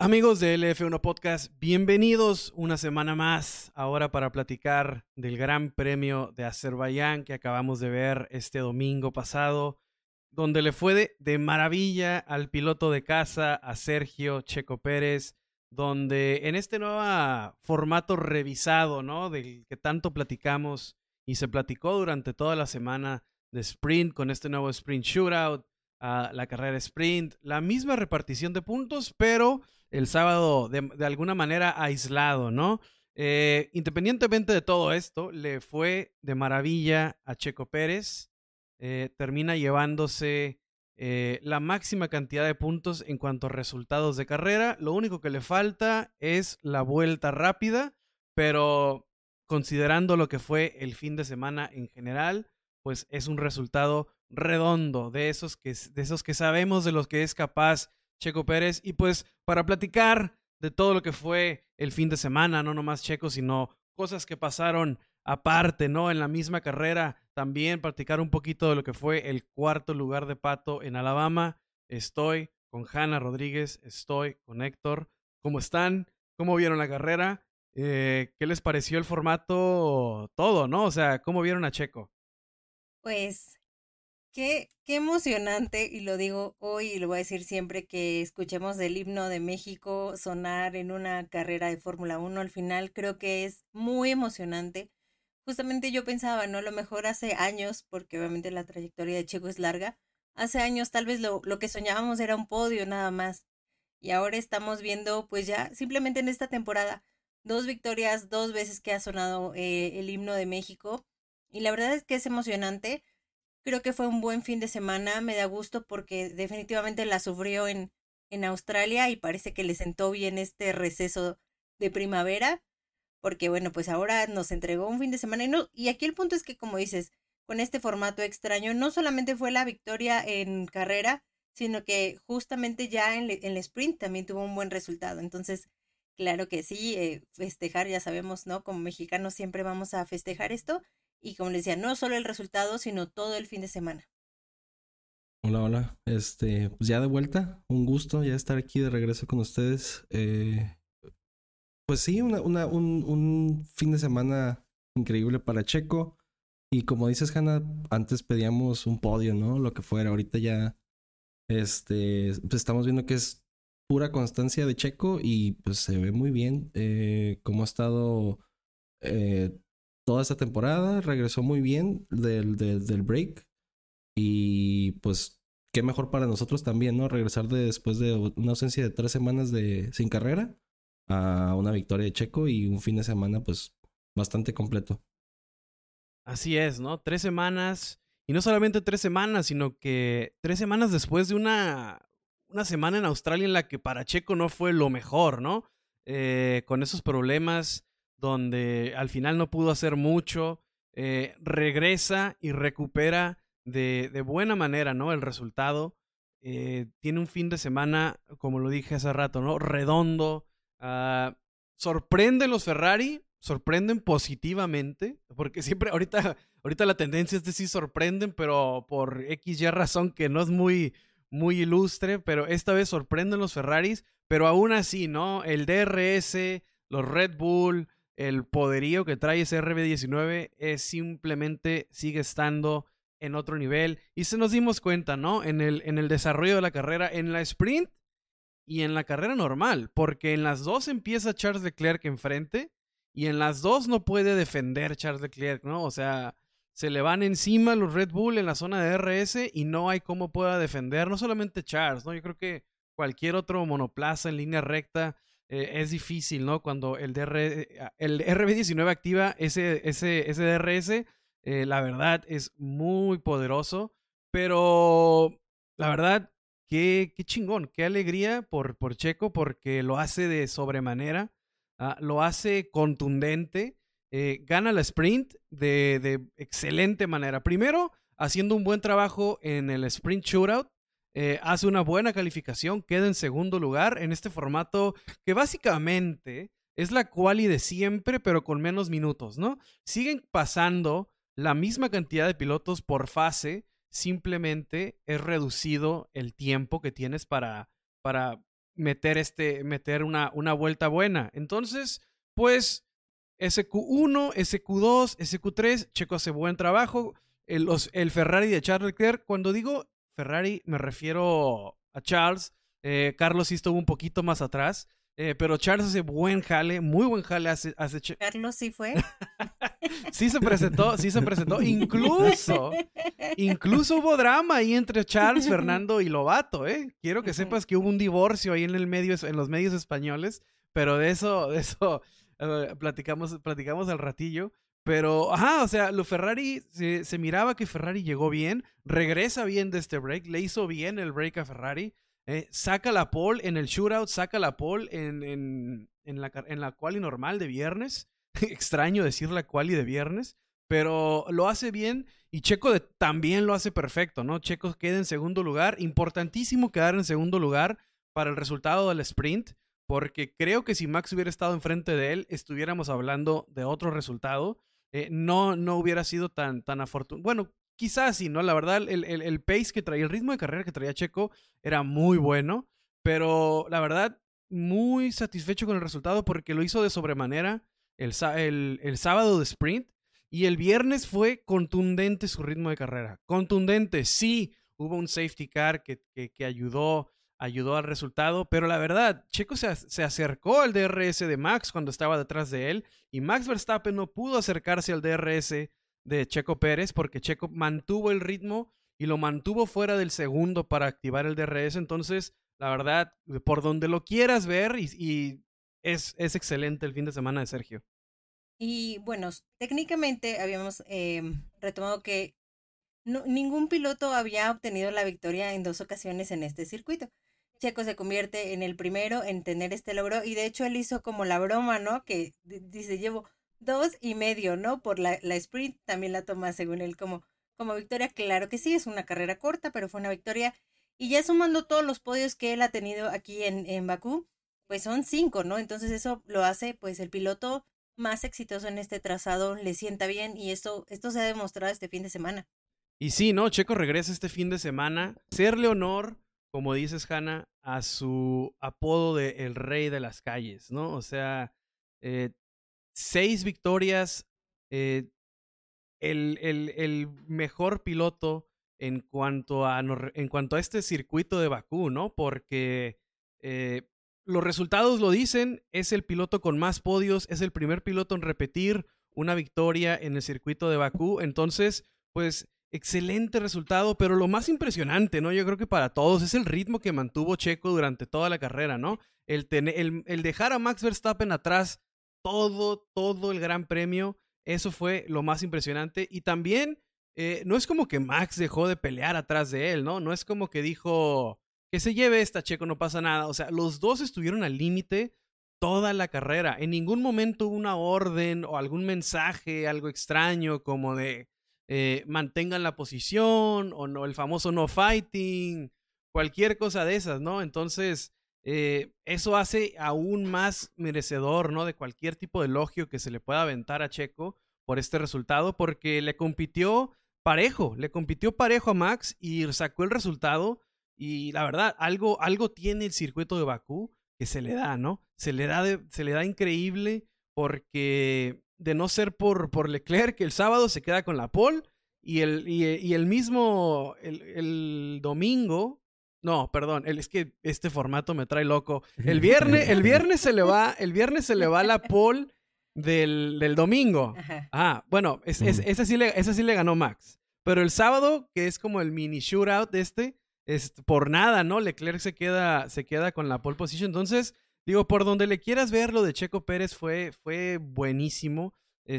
Amigos de LF1 Podcast, bienvenidos una semana más ahora para platicar del Gran Premio de Azerbaiyán que acabamos de ver este domingo pasado, donde le fue de maravilla al piloto de casa, a Sergio Checo Pérez, donde en este nuevo formato revisado, ¿no? Del que tanto platicamos y se platicó durante toda la semana de sprint, con este nuevo sprint shootout, la carrera sprint, la misma repartición de puntos, pero el sábado de alguna manera aislado, ¿no? Independientemente de todo esto, le fue de maravilla a Checo Pérez. Termina llevándose la máxima cantidad de puntos en cuanto a resultados de carrera. Lo único que le falta es la vuelta rápida, pero considerando lo que fue el fin de semana en general, pues es un resultado redondo de esos que sabemos de los que es capaz Checo Pérez. Y pues para platicar de todo lo que fue el fin de semana, no nomás Checo, sino cosas que pasaron aparte, ¿no? En la misma carrera, también platicar un poquito de lo que fue el cuarto lugar de Pato en Alabama. Estoy con Hanna Rodríguez, estoy con Héctor. ¿Cómo están? ¿Cómo vieron la carrera? ¿Qué les pareció el formato? Todo, ¿no? O sea, ¿cómo vieron a Checo? Pues qué emocionante, y lo digo hoy y lo voy a decir siempre que escuchemos el himno de México sonar en una carrera de Fórmula Uno. Al final creo que es muy emocionante. Justamente yo pensaba, ¿no? A lo mejor hace años, porque obviamente la trayectoria de Checo es larga, hace años tal vez lo que soñábamos era un podio nada más. Y ahora estamos viendo, pues ya simplemente en esta temporada, dos victorias, dos veces que ha sonado el himno de México. Y la verdad es que es emocionante. Creo que fue un buen fin de semana, me da gusto porque definitivamente la sufrió en Australia y parece que le sentó bien este receso de primavera, porque bueno, pues ahora nos entregó un fin de semana y aquí el punto es que como dices, con este formato extraño, no solamente fue la victoria en carrera, sino que justamente ya en el sprint también tuvo un buen resultado. Entonces, claro que sí, festejar, ya sabemos, ¿no? Como mexicanos siempre vamos a festejar esto y como les decía, no solo el resultado, sino todo el fin de semana. Hola, hola. Pues ya de vuelta, un gusto ya estar aquí de regreso con ustedes. Pues sí, un fin de semana increíble para Checo. Y como dices, Hanna, antes pedíamos un podio, ¿no? Lo que fuera. Ahorita ya, pues estamos viendo que es pura constancia de Checo y pues se ve muy bien cómo ha estado eh, toda esta temporada. Regresó muy bien del break. Y pues, qué mejor para nosotros también, ¿no? Regresar después de una ausencia de 3 semanas sin carrera a una victoria de Checo y un fin de semana, pues, bastante completo. Así es, ¿no? 3 semanas, y no solamente 3 semanas, sino que 3 semanas después de una semana en Australia en la que para Checo no fue lo mejor, ¿no? Con esos problemas donde al final no pudo hacer mucho, regresa y recupera de buena manera, ¿no? El resultado. Tiene un fin de semana, como lo dije hace rato, ¿no? Redondo. Sorprende los Ferrari, sorprenden positivamente, porque siempre ahorita la tendencia es decir sorprenden, pero por X y razón que no es muy ilustre, pero esta vez sorprenden los Ferraris, pero aún así, ¿no? El DRS, los Red Bull, el poderío que trae ese RB19 es simplemente sigue estando en otro nivel. Y se nos dimos cuenta, ¿no? En el desarrollo de la carrera, en la sprint y en la carrera normal, porque en las dos empieza Charles Leclerc enfrente y en las dos no puede defender Charles Leclerc, ¿no? O sea, se le van encima los Red Bull en la zona de RS y no hay cómo pueda defender, no solamente Charles, ¿no? Yo creo que cualquier otro monoplaza en línea recta es difícil, ¿no? Cuando el RB19 activa ese DRS, la verdad es muy poderoso, pero la verdad qué chingón, qué alegría por Checo, porque lo hace de sobremanera, lo hace contundente, gana la sprint de excelente manera. Primero, haciendo un buen trabajo en el sprint shootout, hace una buena calificación, queda en segundo lugar en este formato que básicamente es la quali de siempre, pero con menos minutos, ¿no? Siguen pasando la misma cantidad de pilotos por fase, simplemente es reducido el tiempo que tienes para meter una vuelta buena. Entonces, pues, SQ1, SQ2, SQ3, Checo hace buen trabajo. El Ferrari de Charles Leclerc, cuando digo Ferrari me refiero a Charles. Carlos sí estuvo un poquito más atrás, pero Charles hace buen jale, muy buen jale hace Carlos sí fue. sí se presentó. Incluso hubo drama ahí entre Charles, Fernando y Lobato, ¿eh? Quiero que sepas que hubo un divorcio ahí en los medios españoles, pero de eso platicamos al ratillo. Pero, o sea, lo Ferrari, se miraba que Ferrari llegó bien, regresa bien de este break, le hizo bien el break a Ferrari, saca la pole en el shootout, saca la pole en la quali normal de viernes. Extraño decir la quali de viernes, pero lo hace bien y Checo también lo hace perfecto, ¿no? Checo queda en segundo lugar, importantísimo quedar en segundo lugar para el resultado del sprint, porque creo que si Max hubiera estado enfrente de él, estuviéramos hablando de otro resultado. No hubiera sido tan afortunado. Bueno, quizás sí, ¿no? La verdad, el pace que traía, el ritmo de carrera que traía Checo era muy bueno, pero la verdad, muy satisfecho con el resultado porque lo hizo de sobremanera el sábado de sprint, y el viernes fue contundente su ritmo de carrera. Contundente, sí, hubo un safety car que ayudó al resultado, pero la verdad, Checo se acercó al DRS de Max cuando estaba detrás de él, y Max Verstappen no pudo acercarse al DRS de Checo Pérez porque Checo mantuvo el ritmo y lo mantuvo fuera del segundo para activar el DRS. Entonces, la verdad, por donde lo quieras ver, y es excelente el fin de semana de Sergio. Y bueno, técnicamente habíamos retomado que ningún piloto había obtenido la victoria en 2 ocasiones en este circuito. Checo se convierte en el primero en tener este logro, y de hecho él hizo como la broma, ¿no? Que dice, llevo 2.5, ¿no? Por la sprint, también la toma según él como victoria. Claro que sí, es una carrera corta, pero fue una victoria. Y ya sumando todos los podios que él ha tenido aquí en Bakú, pues son 5, ¿no? Entonces eso lo hace pues el piloto más exitoso en este trazado, le sienta bien, y esto se ha demostrado este fin de semana. Y sí, ¿no? Checo regresa este fin de semana. Hacerle honor, como dices, Hanna, a su apodo de el rey de las calles, ¿no? O sea, 6 victorias, el mejor piloto en cuanto a este circuito de Bakú, ¿no? Porque los resultados lo dicen, es el piloto con más podios, es el primer piloto en repetir una victoria en el circuito de Bakú. Entonces, pues, excelente resultado, pero lo más impresionante, ¿no? Yo creo que para todos es el ritmo que mantuvo Checo durante toda la carrera, ¿no? El dejar a Max Verstappen atrás todo el Gran Premio, eso fue lo más impresionante. Y también, no es como que Max dejó de pelear atrás de él, ¿no? No es como que dijo, que se lleve esta, Checo, no pasa nada. O sea, los dos estuvieron al límite toda la carrera. En ningún momento hubo una orden o algún mensaje, algo extraño como de mantengan la posición, o no, el famoso no fighting, cualquier cosa de esas, ¿no? Entonces, eso hace aún más merecedor, ¿no? De cualquier tipo de elogio que se le pueda aventar a Checo por este resultado, porque le compitió parejo a Max y sacó el resultado. Y la verdad, algo tiene el circuito de Bakú que se le da, ¿no? Se le da increíble, porque de no ser por Leclerc, que el sábado se queda con la pole, y el mismo el domingo. No, perdón, es que este formato me trae loco. El viernes se le va la pole del domingo. Bueno, esa sí le ganó Max. Pero el sábado, que es como el mini shootout por nada, ¿no? Leclerc se queda con la pole position. Entonces, digo, por donde le quieras ver, lo de Checo Pérez fue buenísimo.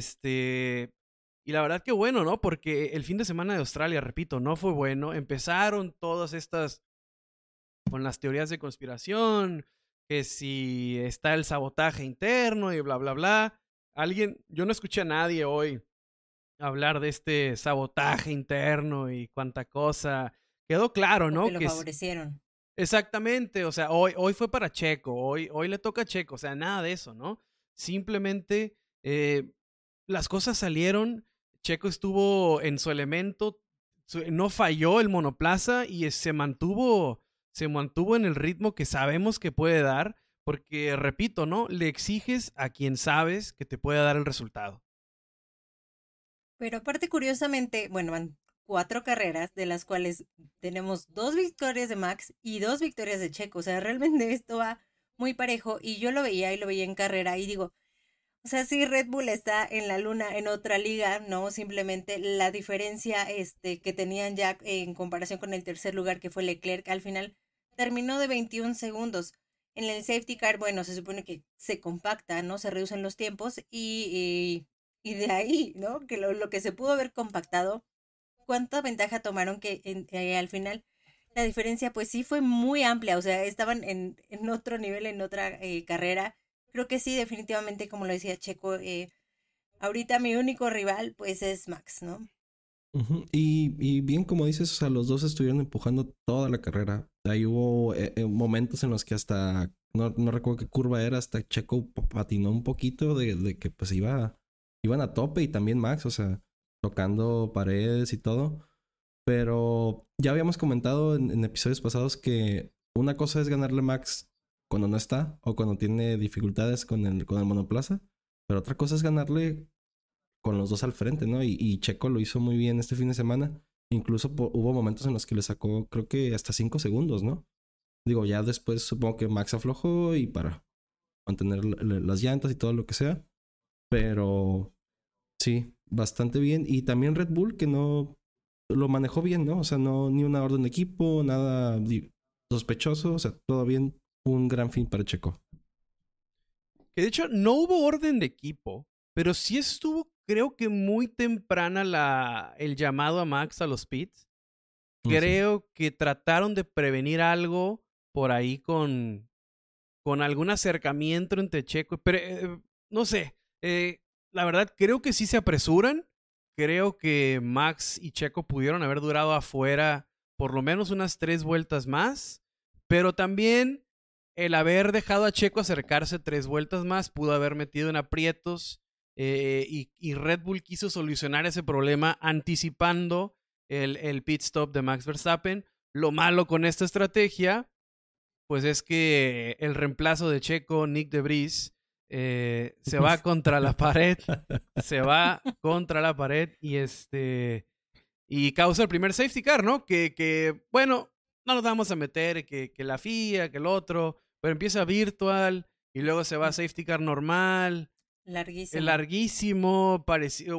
Y la verdad que bueno, ¿no? Porque el fin de semana de Australia, repito, no fue bueno. Empezaron todas estas con las teorías de conspiración, que si está el sabotaje interno y bla, bla, bla. Yo no escuché a nadie hoy hablar de este sabotaje interno y cuánta cosa. Quedó claro, ¿no? Que lo favorecieron. Exactamente, o sea, hoy fue para Checo, hoy le toca a Checo, o sea, nada de eso, ¿no? Simplemente las cosas salieron, Checo estuvo en su elemento, no falló el monoplaza y se mantuvo se mantuvo en el ritmo que sabemos que puede dar, porque, repito, ¿no? Le exiges a quien sabes que te puede dar el resultado. Pero aparte, curiosamente, bueno, van 4 carreras, de las cuales tenemos 2 victorias de Max y 2 victorias de Checo. O sea, realmente esto va muy parejo y yo lo veía en carrera y digo, o sea, sí, Red Bull está en la luna, en otra liga, ¿no? Simplemente la diferencia que tenían ya en comparación con el tercer lugar, que fue Leclerc, al final terminó de 21 segundos. En el safety car, bueno, se supone que se compacta, ¿no? Se reducen los tiempos y de ahí, ¿no? Que lo que se pudo haber compactado, ¿cuánta ventaja tomaron que al final la diferencia pues sí fue muy amplia? O sea, estaban en otro nivel, en otra carrera. Creo que sí, definitivamente, como lo decía Checo, ahorita mi único rival pues es Max, ¿no? Y bien, como dices, o sea, los dos estuvieron empujando toda la carrera. Ahí hubo momentos en los que hasta, no recuerdo qué curva era, hasta Checo patinó un poquito de que pues iban a tope y también Max, o sea, tocando paredes y todo. Pero ya habíamos comentado en episodios pasados que una cosa es ganarle a Max cuando no está o cuando tiene dificultades con el monoplaza, pero otra cosa es ganarle con los dos al frente, ¿no? Y Checo lo hizo muy bien este fin de semana. Incluso hubo momentos en los que le sacó, creo que hasta 5 segundos, ¿no? Digo, ya después supongo que Max aflojó y para mantener las llantas y todo lo que sea. Pero sí, bastante bien. Y también Red Bull que no lo manejó bien, ¿no? O sea, no ni una orden de equipo, nada sospechoso. O sea, todo bien. Un gran fin para Checo. Que de hecho no hubo orden de equipo, pero sí estuvo, creo que muy temprana el llamado a Max a los pits. Creo que trataron de prevenir algo por ahí con algún acercamiento entre Checo, pero no sé, la verdad creo que sí se apresuran. Creo que Max y Checo pudieron haber durado afuera por lo menos unas 3 vueltas más, pero también el haber dejado a Checo acercarse 3 vueltas más pudo haber metido en aprietos, y Red Bull quiso solucionar ese problema anticipando el pit stop de Max Verstappen. Lo malo con esta estrategia pues es que el reemplazo de Checo, Nick de Vries, se va contra la pared, y causa el primer safety car, ¿no? Que bueno, no nos vamos a meter que la FIA, que el otro, pero empieza virtual y luego se va a safety car normal. Larguísimo. Larguísimo, parecido,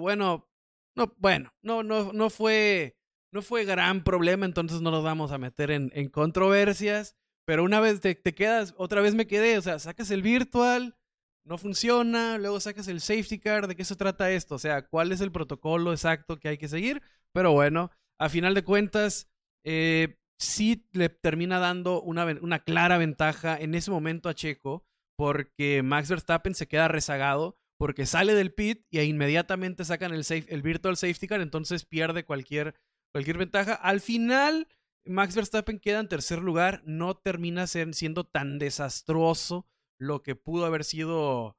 no fue gran problema, entonces no nos vamos a meter en controversias. Pero una vez te quedas, otra vez me quedé, o sea, sacas el virtual, no funciona, luego sacas el safety car, ¿de qué se trata esto? O sea, ¿cuál es el protocolo exacto que hay que seguir? Pero bueno, a final de cuentas, sí le termina dando una clara ventaja en ese momento a Checo, porque Max Verstappen se queda rezagado, porque sale del pit y inmediatamente sacan el virtual safety car, entonces pierde cualquier ventaja. Al final Max Verstappen queda en tercer lugar, no termina siendo tan desastroso lo que pudo haber sido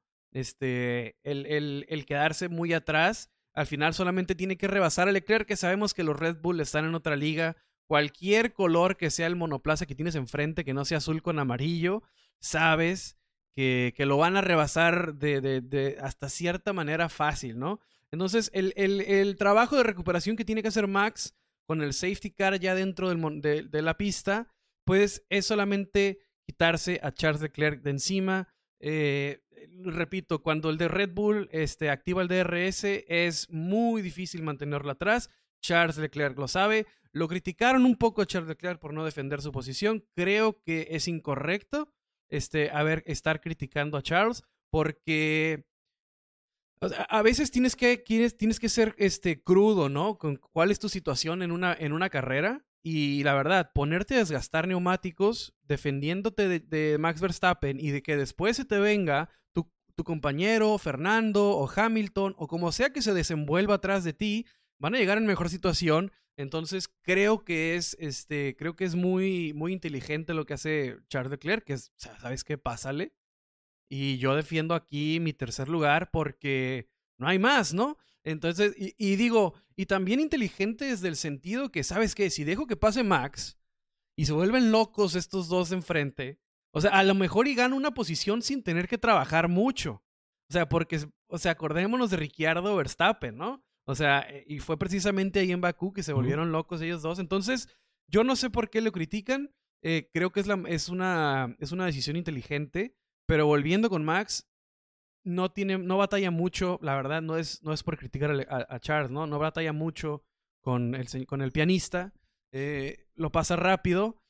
el quedarse muy atrás. Al final solamente tiene que rebasar a Leclerc, que sabemos que los Red Bull están en otra liga. Cualquier color que sea el monoplaza que tienes enfrente, que no sea azul con amarillo, sabes que lo van a rebasar de hasta cierta manera fácil, ¿no? Entonces el trabajo de recuperación que tiene que hacer Max con el safety car ya dentro de la pista, pues es solamente quitarse a Charles Leclerc de encima. Repito, cuando el de Red Bull activa el DRS, es muy difícil mantenerlo atrás. Charles Leclerc lo sabe. Lo criticaron un poco a Charles Leclerc por no defender su posición. Creo que es incorrecto estar criticando a Charles, porque a veces tienes que ser crudo, ¿no? Con cuál es tu situación en una carrera. Y la verdad, ponerte a desgastar neumáticos defendiéndote de Max Verstappen y de que después se te venga tu compañero Fernando o Hamilton o como sea que se desenvuelva atrás de ti, van a llegar en mejor situación. Entonces creo que es muy, muy inteligente lo que hace Charles Leclerc, que es, o sea, ¿sabes qué? Pásale. Y yo defiendo aquí mi tercer lugar porque no hay más, ¿no? Entonces, y digo, y también inteligente desde el sentido que, ¿sabes qué? Si dejo que pase Max y se vuelven locos estos dos enfrente. O sea, a lo mejor y gana una posición sin tener que trabajar mucho. O sea, porque, o sea, acordémonos de Ricciardo Verstappen, ¿no? O sea, y fue precisamente ahí en Bakú que se volvieron locos ellos dos. Entonces, yo no sé por qué lo critican. Creo que es una decisión inteligente. Pero volviendo con Max, no batalla mucho, la verdad, no es por criticar a Charles, ¿no? No batalla mucho con el pianista. Lo pasa rápido.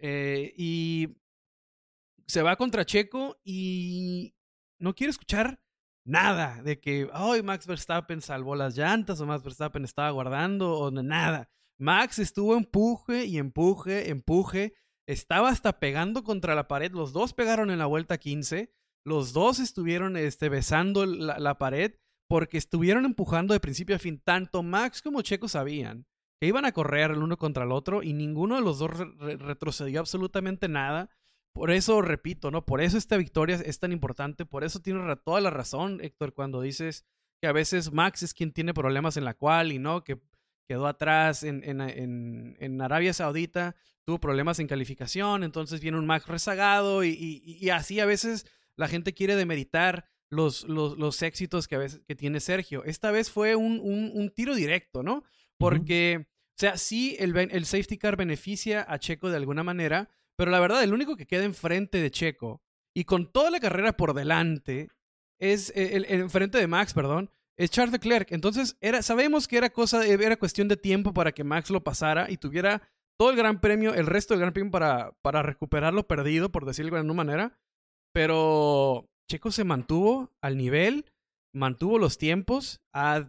Y se va contra Checo y no quiere escuchar nada de que Max Verstappen salvó las llantas o Max Verstappen estaba guardando o nada. Max estuvo empuje y empuje. Estaba hasta pegando contra la pared. Los dos pegaron en la vuelta 15. Los dos estuvieron besando la pared porque estuvieron empujando de principio a fin. Tanto Max como Checo sabían que iban a correr el uno contra el otro y ninguno de los dos retrocedió absolutamente nada. Por eso, repito, ¿no? Por eso esta victoria es tan importante. Por eso tienes toda la razón, Héctor, cuando dices que a veces Max es quien tiene problemas en la quali, ¿no? Que quedó atrás en Arabia Saudita, tuvo problemas en calificación, entonces viene un Max rezagado y así a veces la gente quiere demeritar los éxitos que tiene Sergio. Esta vez fue un tiro directo, ¿no? Porque, o sea, sí, el safety car beneficia a Checo de alguna manera, pero la verdad, el único que queda enfrente de Checo y con toda la carrera por delante es enfrente de Max, perdón, es Charles Leclerc. Entonces, sabemos que era cuestión de tiempo para que Max lo pasara y tuviera todo el gran premio, el resto del gran premio para recuperar lo perdido, por decirlo de alguna manera. Pero Checo se mantuvo al nivel, mantuvo los tiempos a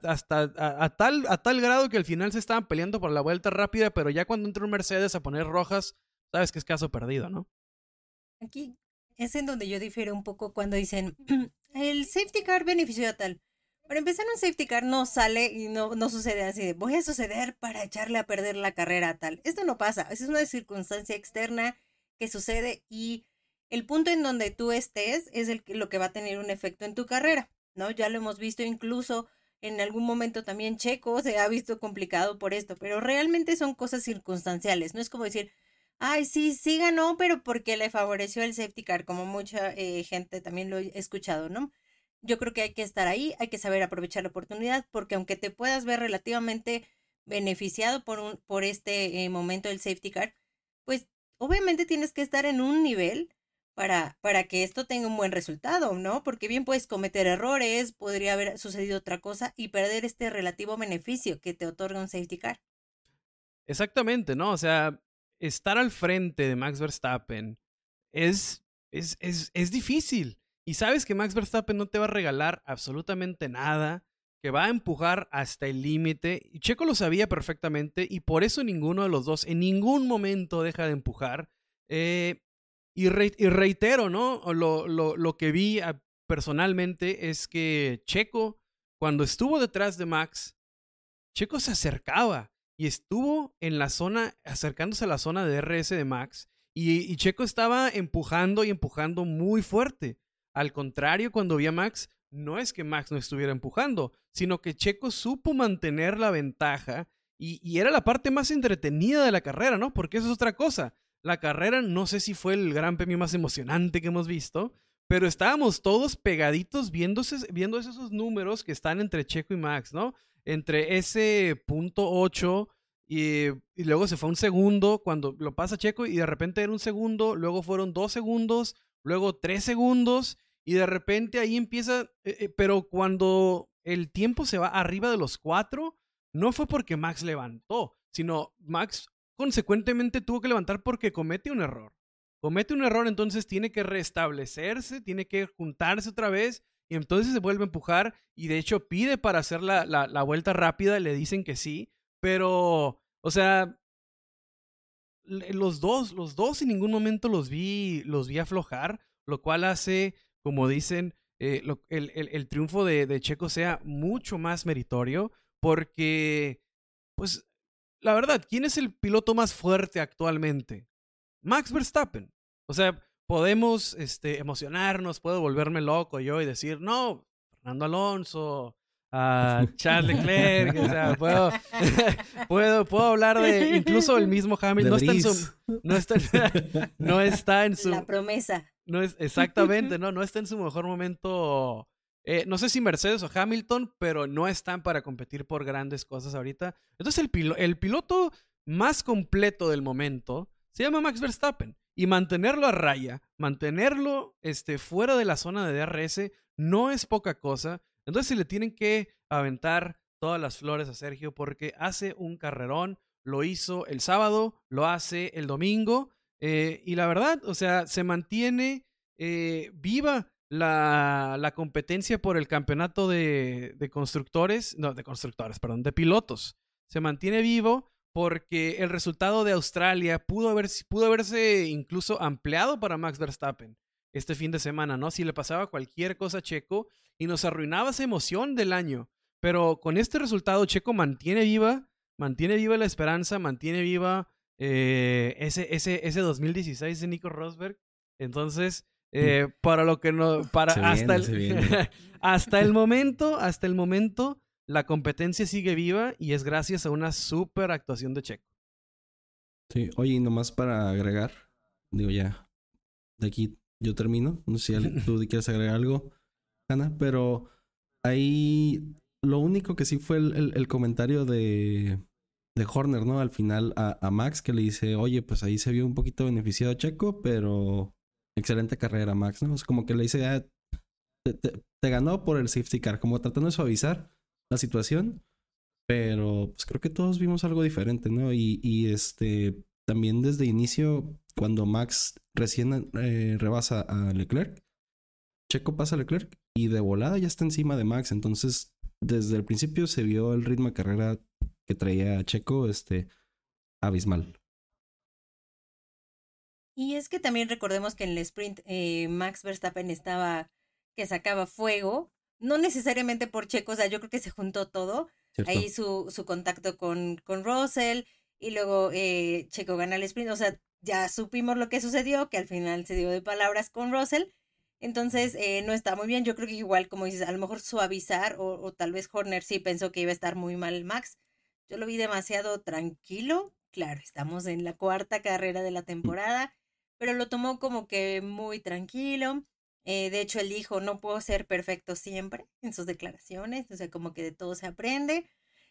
tal grado que al final se estaban peleando por la vuelta rápida, pero ya cuando entra un Mercedes a poner rojas, sabes que es caso perdido, ¿no? Aquí es en donde yo difiero un poco cuando dicen el safety car benefició a tal. Para empezar, un safety car no sale y no sucede así de voy a suceder para echarle a perder la carrera a tal. Esto no pasa, es una circunstancia externa que sucede y el punto en donde tú estés es lo que va a tener un efecto en tu carrera, ¿no? Ya lo hemos visto incluso en algún momento también Checo se ha visto complicado por esto, pero realmente son cosas circunstanciales, no es como decir, ay, sí ganó, pero porque le favoreció el safety car, como mucha gente también lo he escuchado, ¿no? Yo creo que hay que estar ahí, hay que saber aprovechar la oportunidad, porque aunque te puedas ver relativamente beneficiado por este momento del safety car, pues obviamente tienes que estar en un nivel para que esto tenga un buen resultado, ¿no? Porque bien puedes cometer errores, podría haber sucedido otra cosa y perder este relativo beneficio que te otorga un safety car. Exactamente, ¿no? O sea, estar al frente de Max Verstappen es difícil. Y sabes que Max Verstappen no te va a regalar absolutamente nada, que va a empujar hasta el límite. Y Checo lo sabía perfectamente y por eso ninguno de los dos en ningún momento deja de empujar. Y reitero, ¿no? Lo que vi personalmente es que Checo, cuando estuvo detrás de Max, Checo se acercaba y estuvo en la zona, acercándose a la zona de DRS de Max. Y Checo estaba empujando y empujando muy fuerte. Al contrario, cuando vi a Max, no es que Max no estuviera empujando, sino que Checo supo mantener la ventaja y era la parte más entretenida de la carrera, ¿no? Porque eso es otra cosa. La carrera no sé si fue el gran premio más emocionante que hemos visto, pero estábamos todos pegaditos viendo esos números que están entre Checo y Max, ¿no? Entre ese .8 y luego se fue un segundo cuando lo pasa Checo y de repente era un segundo, luego fueron 2 segundos, luego 3 segundos y de repente ahí empieza, pero cuando el tiempo se va arriba de los 4, no fue porque Max levantó, sino Max consecuentemente tuvo que levantar porque comete un error. Comete un error, entonces tiene que restablecerse, tiene que juntarse otra vez y entonces se vuelve a empujar y de hecho pide para hacer la vuelta rápida, le dicen que sí, pero, o sea, los dos en ningún momento los vi aflojar, lo cual hace, como dicen, el triunfo de Checo sea mucho más meritorio porque, pues, la verdad, ¿quién es el piloto más fuerte actualmente? Max Verstappen. O sea, podemos emocionarnos, puedo volverme loco yo y decir, no, Fernando Alonso, a Charles Leclerc, o sea, puedo hablar de incluso el mismo Hamilton, no está en su La promesa. No es exactamente, no está en su mejor momento. No sé si Mercedes o Hamilton, pero no están para competir por grandes cosas ahorita. Entonces el piloto más completo del momento se llama Max Verstappen. Y mantenerlo a raya, mantenerlo fuera de la zona de DRS, no es poca cosa. Entonces se le tienen que aventar todas las flores a Sergio porque hace un carrerón. Lo hizo el sábado, lo hace el domingo. Y la verdad, o sea, se mantiene viva la competencia por el campeonato de pilotos. Se mantiene vivo porque el resultado de Australia pudo haberse incluso ampliado para Max Verstappen este fin de semana, ¿no? Si le pasaba cualquier cosa a Checo y nos arruinaba esa emoción del año. Pero con este resultado, Checo mantiene viva la esperanza, mantiene viva ese 2016 de Nico Rosberg. Entonces, para lo que no, para hasta el momento, la competencia sigue viva y es gracias a una súper actuación de Checo. Sí, oye, y nomás para agregar, digo ya, de aquí yo termino. No sé si tú quieres agregar algo, Ana, pero ahí lo único que sí fue el comentario de Horner, ¿no? Al final a Max, que le dice, oye, pues ahí se vio un poquito beneficiado Checo, pero excelente carrera, Max, ¿no? Es como que le dice, te ganó por el safety car, como tratando de suavizar la situación, pero pues creo que todos vimos algo diferente, ¿no? Y también desde inicio, cuando Max recién rebasa a Leclerc, Checo pasa a Leclerc y de volada ya está encima de Max. Entonces, desde el principio se vio el ritmo de carrera que traía Checo, abismal. Y es que también recordemos que en el sprint Max Verstappen estaba que sacaba fuego, no necesariamente por Checo, o sea, yo creo que se juntó todo. ¿Cierto? Ahí su contacto con Russell y luego Checo gana el sprint, o sea, ya supimos lo que sucedió, que al final se dio de palabras con Russell. Entonces, no está muy bien. Yo creo que igual, como dices, a lo mejor suavizar o tal vez Horner sí pensó que iba a estar muy mal Max. Yo lo vi demasiado tranquilo. Claro, estamos en la cuarta carrera de la temporada, pero lo tomó como que muy tranquilo. De hecho, él dijo, no puedo ser perfecto siempre en sus declaraciones, o sea, como que de todo se aprende.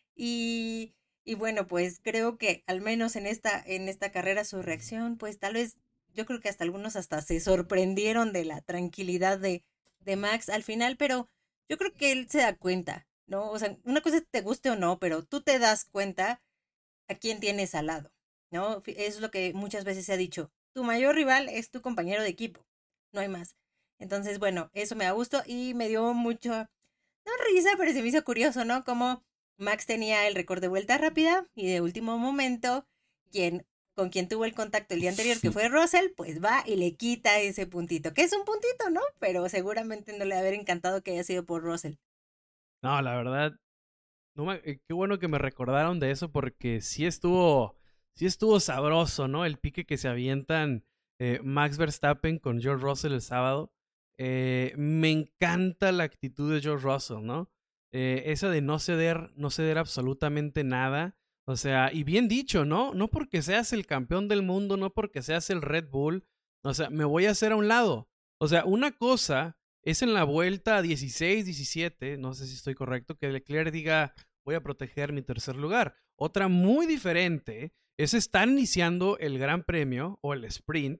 Y bueno, pues creo que al menos en esta carrera su reacción, pues tal vez, yo creo que hasta algunos hasta se sorprendieron de la tranquilidad de Max al final, pero yo creo que él se da cuenta, ¿no? O sea, una cosa es te guste o no, pero tú te das cuenta a quién tienes al lado, ¿no? Es lo que muchas veces se ha dicho. Tu mayor rival es tu compañero de equipo, no hay más. Entonces, bueno, eso me da gusto y me dio mucho, no risa, pero se me hizo curioso, ¿no? Como Max tenía el récord de vuelta rápida y de último momento, con quien tuvo el contacto el día anterior, que fue Russell, pues va y le quita ese puntito, que es un puntito, ¿no? Pero seguramente no le va a haber encantado que haya sido por Russell. No, la verdad, qué bueno que me recordaron de eso porque sí estuvo sabroso, ¿no? El pique que se avientan Max Verstappen con George Russell el sábado. Me encanta la actitud de George Russell, ¿no? Esa de no ceder absolutamente nada. O sea, y bien dicho, ¿no? No porque seas el campeón del mundo, no porque seas el Red Bull. O sea, me voy a hacer a un lado. O sea, una cosa es en la vuelta 16, 17, no sé si estoy correcto, que Leclerc diga, voy a proteger mi tercer lugar. Otra muy diferente es estar iniciando el Gran Premio o el sprint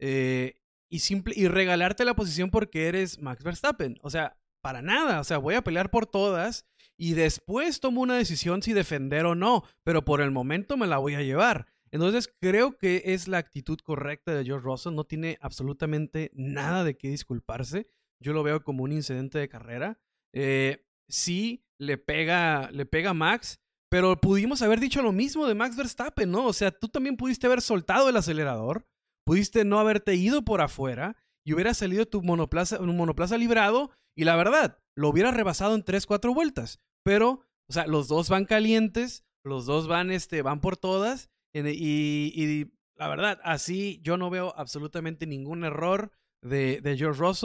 y regalarte la posición porque eres Max Verstappen. O sea, para nada. O sea, voy a pelear por todas y después tomo una decisión si defender o no, pero por el momento me la voy a llevar. Entonces creo que es la actitud correcta de George Russell. No tiene absolutamente nada de qué disculparse. Yo lo veo como un incidente de carrera. Sí, le pega a Max, pero pudimos haber dicho lo mismo de Max Verstappen, ¿no? O sea, tú también pudiste haber soltado el acelerador, pudiste no haberte ido por afuera y hubiera salido tu monoplaza librado y la verdad, lo hubieras rebasado en 3-4 vueltas. Pero, o sea, los dos van calientes, los dos van por todas y la verdad, así yo no veo absolutamente ningún error de George Russell.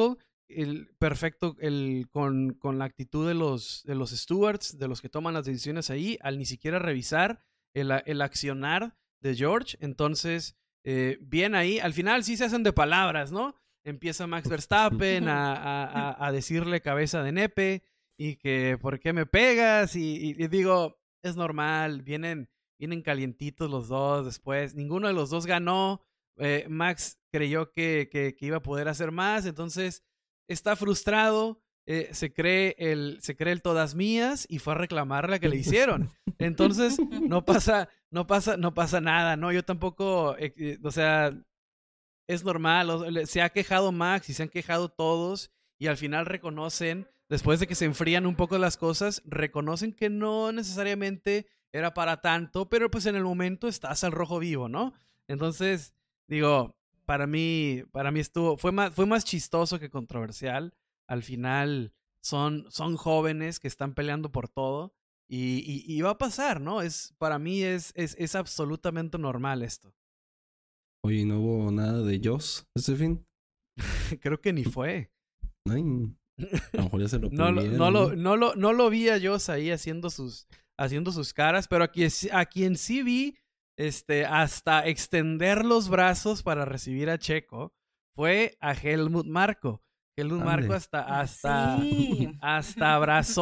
perfecto con la actitud de los stewards, de los que toman las decisiones ahí, al ni siquiera revisar el accionar de George. Entonces, bien ahí. Al final sí se hacen de palabras, ¿no? Empieza Max Verstappen a decirle cabeza de nepe y que ¿por qué me pegas? Y digo, es normal, vienen calientitos los dos después. Ninguno de los dos ganó. Max creyó que iba a poder hacer más, entonces está frustrado, se cree el todas mías y fue a reclamar la que le hicieron. Entonces no pasa nada, ¿no? Yo tampoco, o sea, es normal, se ha quejado Max y se han quejado todos y al final reconocen, después de que se enfrían un poco las cosas, reconocen que no necesariamente era para tanto, pero pues en el momento estás al rojo vivo, ¿no? Entonces, digo, para mí fue más chistoso que controversial. Al final son jóvenes que están peleando por todo y va a pasar, ¿no? Para mí es absolutamente normal esto. Oye, ¿no hubo nada de Joss este fin? Creo que ni fue. Ay, a lo mejor ya se lo perdieron. No lo vi a Joss ahí haciendo sus caras, pero a quien sí vi hasta extender los brazos para recibir a Checo fue a Helmut Marko. Helmut Marko hasta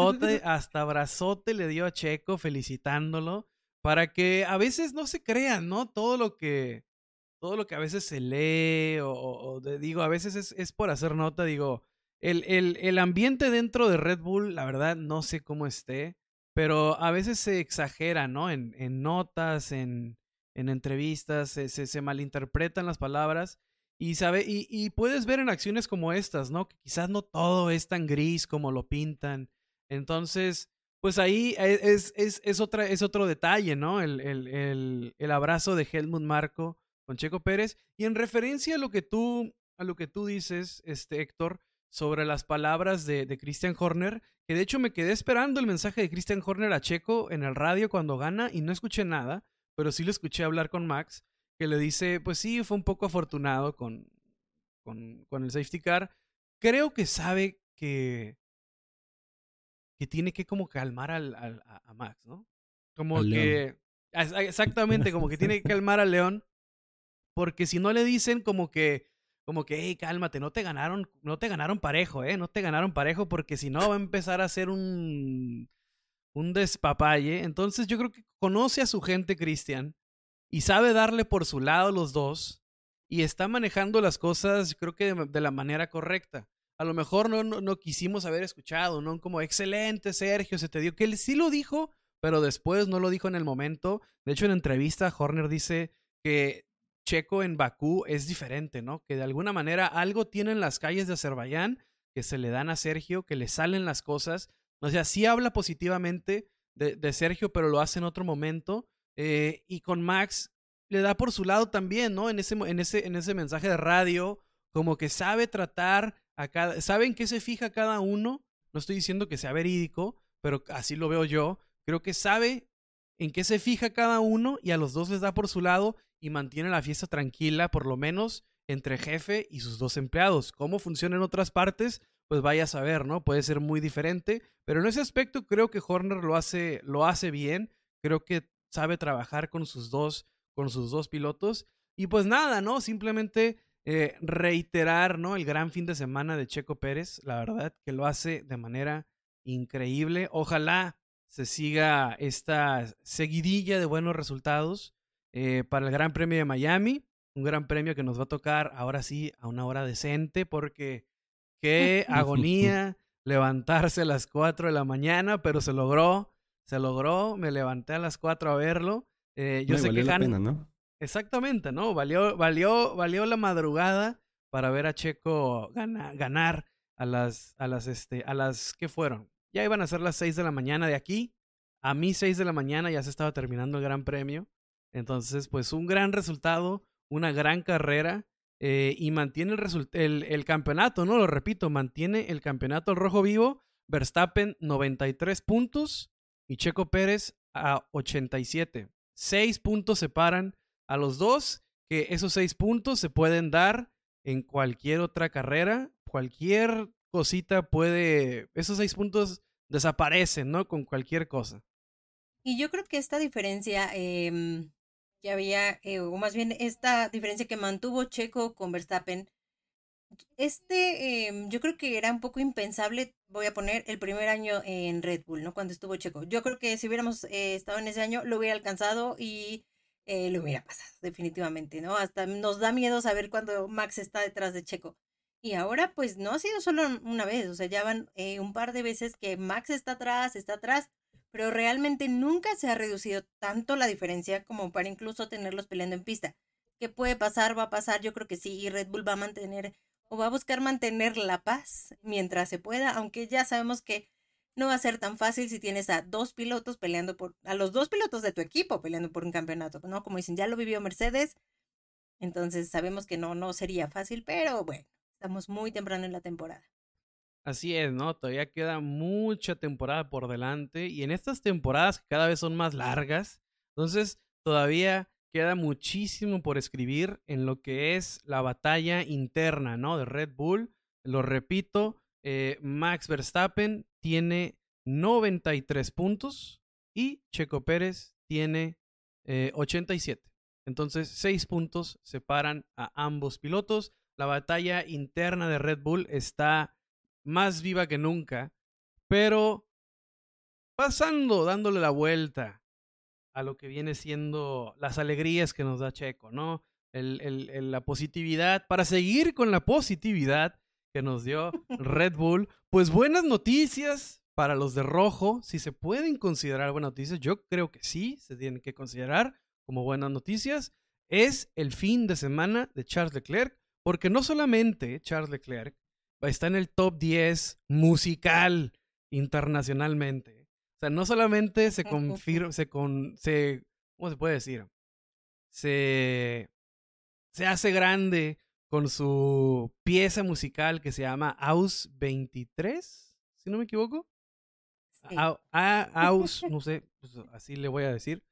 abrazote le dio a Checo felicitándolo para que a veces no se crean, ¿no? Todo lo que a veces se lee digo, a veces es por hacer nota, digo, el ambiente dentro de Red Bull, la verdad, no sé cómo esté, pero a veces se exagera, ¿no? En notas, en entrevistas, se malinterpretan las palabras y puedes ver en acciones como estas, ¿no? Que quizás no todo es tan gris como lo pintan. Entonces, pues ahí es otro detalle, ¿no? El abrazo de Helmut Marko con Checo Pérez. Y en referencia a lo que tú dices, Héctor, sobre las palabras de Christian Horner, que de hecho me quedé esperando el mensaje de Christian Horner a Checo en el radio cuando gana y no escuché nada, pero sí lo escuché hablar con Max, que le dice, pues sí, fue un poco afortunado con el safety car. Creo que sabe que tiene que como calmar a Max, ¿no? Como al que... León. Exactamente, como que tiene que calmar al León, porque si no le dicen como que, hey, cálmate, no te ganaron parejo, no te ganaron parejo, porque si no va a empezar a hacer un despapalle. Entonces yo creo que conoce a su gente, Christian, y sabe darle por su lado los dos, y está manejando las cosas, creo que de la manera correcta. A lo mejor no quisimos haber escuchado, ¿no? Como, excelente, Sergio, se te dio, que él sí lo dijo, pero después no lo dijo en el momento. De hecho, en entrevista, Horner dice que Checo en Bakú es diferente, ¿no? Que de alguna manera algo tienen las calles de Azerbaiyán que se le dan a Sergio, que le salen las cosas. O sea, sí habla positivamente de Sergio, pero lo hace en otro momento. Y con Max le da por su lado también, ¿no? En ese mensaje de radio, como que sabe tratar sabe en qué se fija cada uno. No estoy diciendo que sea verídico, pero así lo veo yo. Creo que sabe en qué se fija cada uno y a los dos les da por su lado y mantiene la fiesta tranquila, por lo menos entre jefe y sus dos empleados. ¿Cómo funciona en otras partes? Pues vaya a saber, ¿no? Puede ser muy diferente, pero en ese aspecto creo que Horner lo hace bien. Creo que sabe trabajar con sus dos pilotos. Y pues nada, ¿no? Simplemente reiterar, ¿no? El gran fin de semana de Checo Pérez. La verdad que lo hace de manera increíble. Ojalá se siga esta seguidilla de buenos resultados para el Gran Premio de Miami. Un gran premio que nos va a tocar ahora sí a una hora decente, porque qué agonía levantarse a las 4 de la mañana, pero se logró. Me levanté a las 4 a verlo. Yo sé valió que la pena, ¿no? Exactamente, ¿no? Valió la madrugada para ver a Checo ganar a las ¿qué fueron? Ya iban a ser las 6 de la mañana de aquí. A mí 6 de la mañana ya se estaba terminando el Gran Premio. Entonces, pues un gran resultado, una gran carrera y mantiene el campeonato, ¿no? Lo repito, mantiene el campeonato al rojo vivo. Verstappen 93 puntos y Checo Pérez a 87. 6 puntos separan a los dos, que esos 6 puntos se pueden dar en cualquier otra carrera, cualquier cosita puede, esos 6 puntos desaparecen, ¿no? Con cualquier cosa. Y yo creo que esta diferencia que había, o más bien esta diferencia que mantuvo Checo con Verstappen, yo creo que era un poco impensable, voy a poner el primer año en Red Bull, ¿no? Cuando estuvo Checo. Yo creo que si hubiéramos estado en ese año, lo hubiera alcanzado y lo hubiera pasado, definitivamente, ¿no? Hasta nos da miedo saber cuando Max está detrás de Checo. Y ahora, pues, no ha sido solo una vez, o sea, ya van un par de veces que Max está atrás, pero realmente nunca se ha reducido tanto la diferencia como para incluso tenerlos peleando en pista. ¿Qué puede pasar? Va a pasar, yo creo que sí, y Red Bull va a mantener o va a buscar mantener la paz mientras se pueda, aunque ya sabemos que no va a ser tan fácil si tienes a los dos pilotos de tu equipo peleando por un campeonato, ¿no? Como dicen, ya lo vivió Mercedes, entonces sabemos que no sería fácil, pero bueno, estamos muy temprano en la temporada. Así es, ¿no? Todavía queda mucha temporada por delante y en estas temporadas que cada vez son más largas, entonces todavía queda muchísimo por escribir en lo que es la batalla interna, ¿no? De Red Bull. Lo repito, Max Verstappen tiene 93 puntos y Checo Pérez tiene 87. Entonces, 6 puntos separan a ambos pilotos. La batalla interna de Red Bull está más viva que nunca, pero dándole la vuelta a lo que viene siendo las alegrías que nos da Checo, ¿no? La positividad, para seguir con la positividad que nos dio Red Bull, pues buenas noticias para los de rojo, si se pueden considerar buenas noticias, yo creo que sí, se tienen que considerar como buenas noticias, es el fin de semana de Charles Leclerc, porque no solamente Charles Leclerc está en el top 10 musical internacionalmente. O sea, no solamente se confirma, ¿cómo se puede decir? Se hace grande con su pieza musical que se llama Aus 23, si no me equivoco. Sí. Aus, no sé, pues así le voy a decir.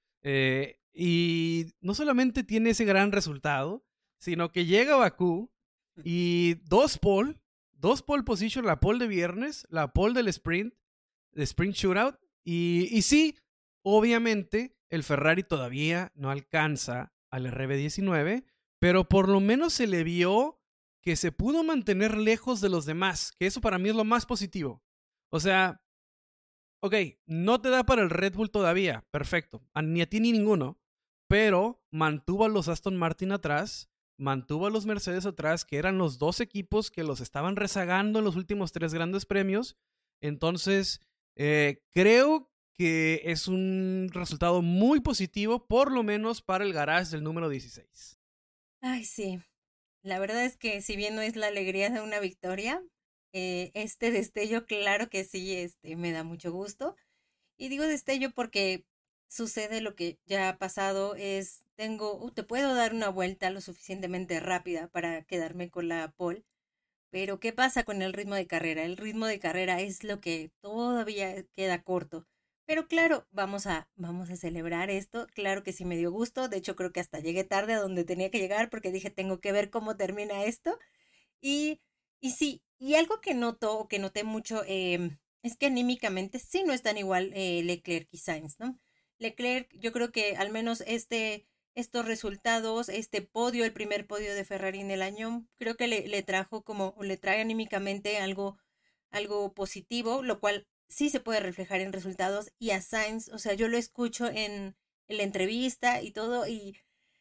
Y no solamente tiene ese gran resultado, sino que llega a Bakú y dos pole position, la pole de viernes, la pole del sprint shootout. Y sí, obviamente el Ferrari todavía no alcanza al RB19, pero por lo menos se le vio que se pudo mantener lejos de los demás, que eso para mí es lo más positivo. O sea, ok, no te da para el Red Bull todavía, perfecto, ni a ti ni ninguno, pero mantuvo a los Aston Martin atrás, mantuvo a los Mercedes atrás, que eran los dos equipos que los estaban rezagando en los últimos 3 grandes premios. Entonces, creo que es un resultado muy positivo, por lo menos para el garage del número 16. Ay, sí. La verdad es que si bien no es la alegría de una victoria, este destello, claro que sí, me da mucho gusto. Y digo destello porque sucede lo que ya ha pasado, te puedo dar una vuelta lo suficientemente rápida para quedarme con la pole, pero ¿qué pasa con el ritmo de carrera? El ritmo de carrera es lo que todavía queda corto. Pero claro, vamos a celebrar esto. Claro que sí me dio gusto. De hecho, creo que hasta llegué tarde a donde tenía que llegar porque dije, tengo que ver cómo termina esto. Y, y sí, y algo que que noté mucho, es que anímicamente sí no están igual Leclerc y Sainz, ¿no? Leclerc, yo creo que al menos estos resultados, este podio, el primer podio de Ferrari en el año, creo que le trae anímicamente algo positivo, lo cual sí se puede reflejar en resultados. Y a Sainz, o sea, yo lo escucho en la entrevista y todo, y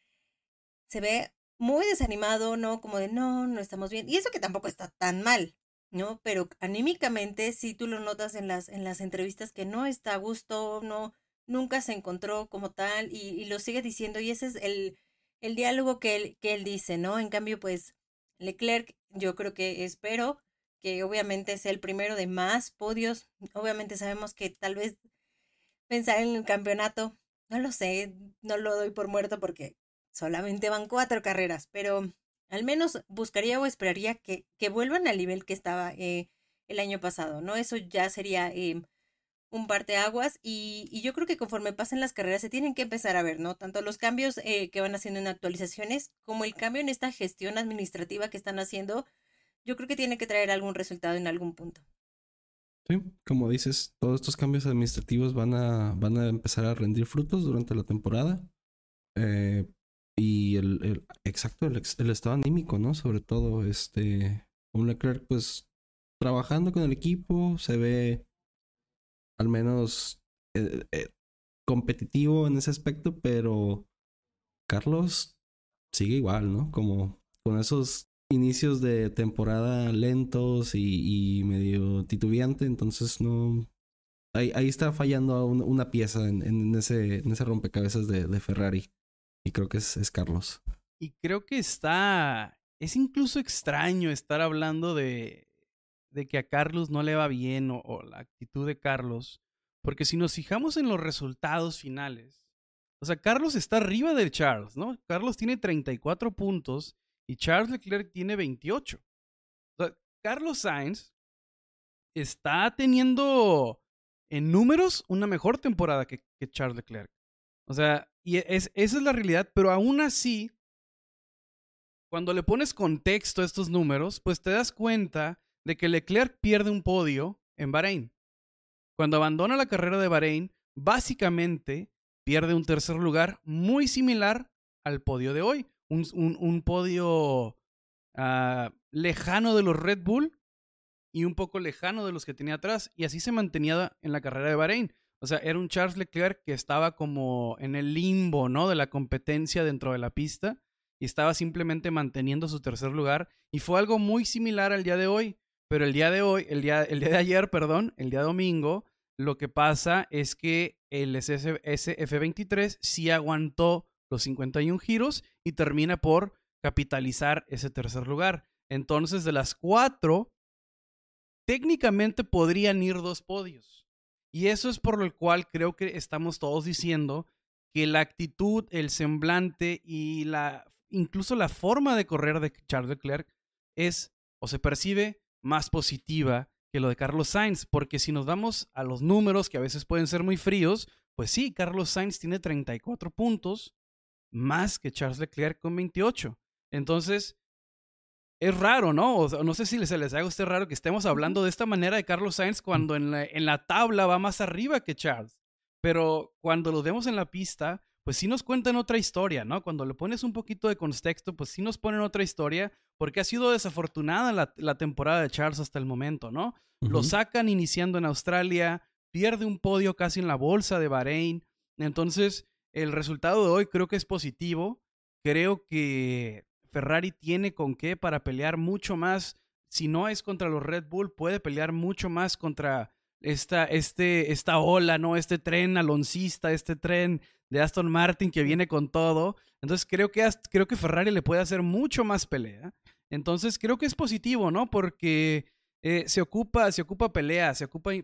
se ve muy desanimado, ¿no? Como de no estamos bien. Y eso que tampoco está tan mal, ¿no? Pero anímicamente sí tú lo notas en las entrevistas que no está a gusto, nunca se encontró como tal y lo sigue diciendo. Y ese es el diálogo que él dice, ¿no? En cambio, pues Leclerc, yo creo que espero que obviamente sea el primero de más podios. Obviamente sabemos que tal vez pensar en el campeonato, no lo sé, no lo doy por muerto porque solamente van 4 carreras, pero al menos buscaría o esperaría que vuelvan al nivel que estaba el año pasado, ¿no? Eso ya sería un parteaguas y yo creo que conforme pasen las carreras se tienen que empezar a ver, ¿no? Tanto los cambios que van haciendo en actualizaciones como el cambio en esta gestión administrativa que están haciendo yo creo que tiene que traer algún resultado en algún punto. Sí, como dices, todos estos cambios administrativos van a empezar a rendir frutos durante la temporada. Y exacto, el estado anímico, ¿no? Sobre todo, un Leclerc, pues, trabajando con el equipo, se ve al menos competitivo en ese aspecto, pero Carlos sigue igual, ¿no? Como con esos inicios de temporada lentos y medio titubeante, entonces no... Ahí está fallando una pieza en ese rompecabezas de Ferrari. Y creo que es Carlos. Y creo que es incluso extraño estar hablando de que a Carlos no le va bien o la actitud de Carlos, porque si nos fijamos en los resultados finales, o sea, Carlos está arriba de Charles, ¿no? Carlos tiene 34 puntos y Charles Leclerc tiene 28. O sea, Carlos Sainz está teniendo en números una mejor temporada que Charles Leclerc. O sea, esa es la realidad, pero aún así, cuando le pones contexto a estos números, pues te das cuenta de que Leclerc pierde un podio en Bahrein. Cuando abandona la carrera de Bahrein, básicamente pierde un tercer lugar muy similar al podio de hoy. Un podio lejano de los Red Bull y un poco lejano de los que tenía atrás. Y así se mantenía en la carrera de Bahrein. O sea, era un Charles Leclerc que estaba como en el limbo, ¿no? De la competencia dentro de la pista y estaba simplemente manteniendo su tercer lugar. Y fue algo muy similar al día de hoy. Pero el día de ayer, perdón, el día domingo, lo que pasa es que el SF23 sí aguantó los 51 giros y termina por capitalizar ese tercer lugar. Entonces, de las 4, técnicamente podrían ir 2 podios. Y eso es por lo cual creo que estamos todos diciendo que la actitud, el semblante y incluso la forma de correr de Charles Leclerc es o se percibe más positiva que lo de Carlos Sainz, porque si nos vamos a los números que a veces pueden ser muy fríos, pues sí, Carlos Sainz tiene 34 puntos más que Charles Leclerc con 28. Entonces, es raro, ¿no? O sea, no sé si se les haga a usted raro que estemos hablando de esta manera de Carlos Sainz cuando en la tabla va más arriba que Charles. Pero cuando lo vemos en la pista, pues sí nos cuentan otra historia, ¿no? Cuando le pones un poquito de contexto, pues sí nos ponen otra historia, porque ha sido desafortunada la temporada de Charles hasta el momento, ¿no? Lo sacan iniciando en Australia, pierde un podio casi en la bolsa de Bahrein. Entonces, el resultado de hoy creo que es positivo. Creo que Ferrari tiene con qué para pelear mucho más. Si no es contra los Red Bull, puede pelear mucho más contra esta ola, ¿no? Este tren aloncista, este tren de Aston Martin que viene con todo. Entonces creo que Ferrari le puede hacer mucho más pelea. Entonces creo que es positivo, ¿no? Porque se ocupa pelea,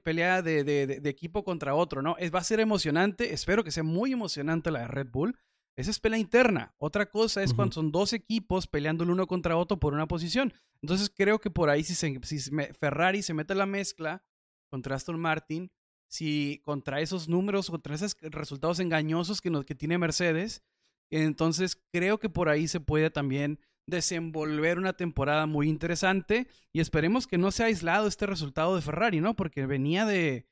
de equipo contra otro, ¿no? Va a ser emocionante, espero que sea muy emocionante la de Red Bull. Esa es pelea interna. Otra cosa es cuando son 2 equipos peleando el uno contra otro por una posición. Entonces creo que por ahí si Ferrari se mete a la mezcla contra Aston Martin, si contra esos números, contra esos resultados engañosos que tiene Mercedes, entonces creo que por ahí se puede también desenvolver una temporada muy interesante y esperemos que no sea aislado este resultado de Ferrari, ¿no? Porque venía de...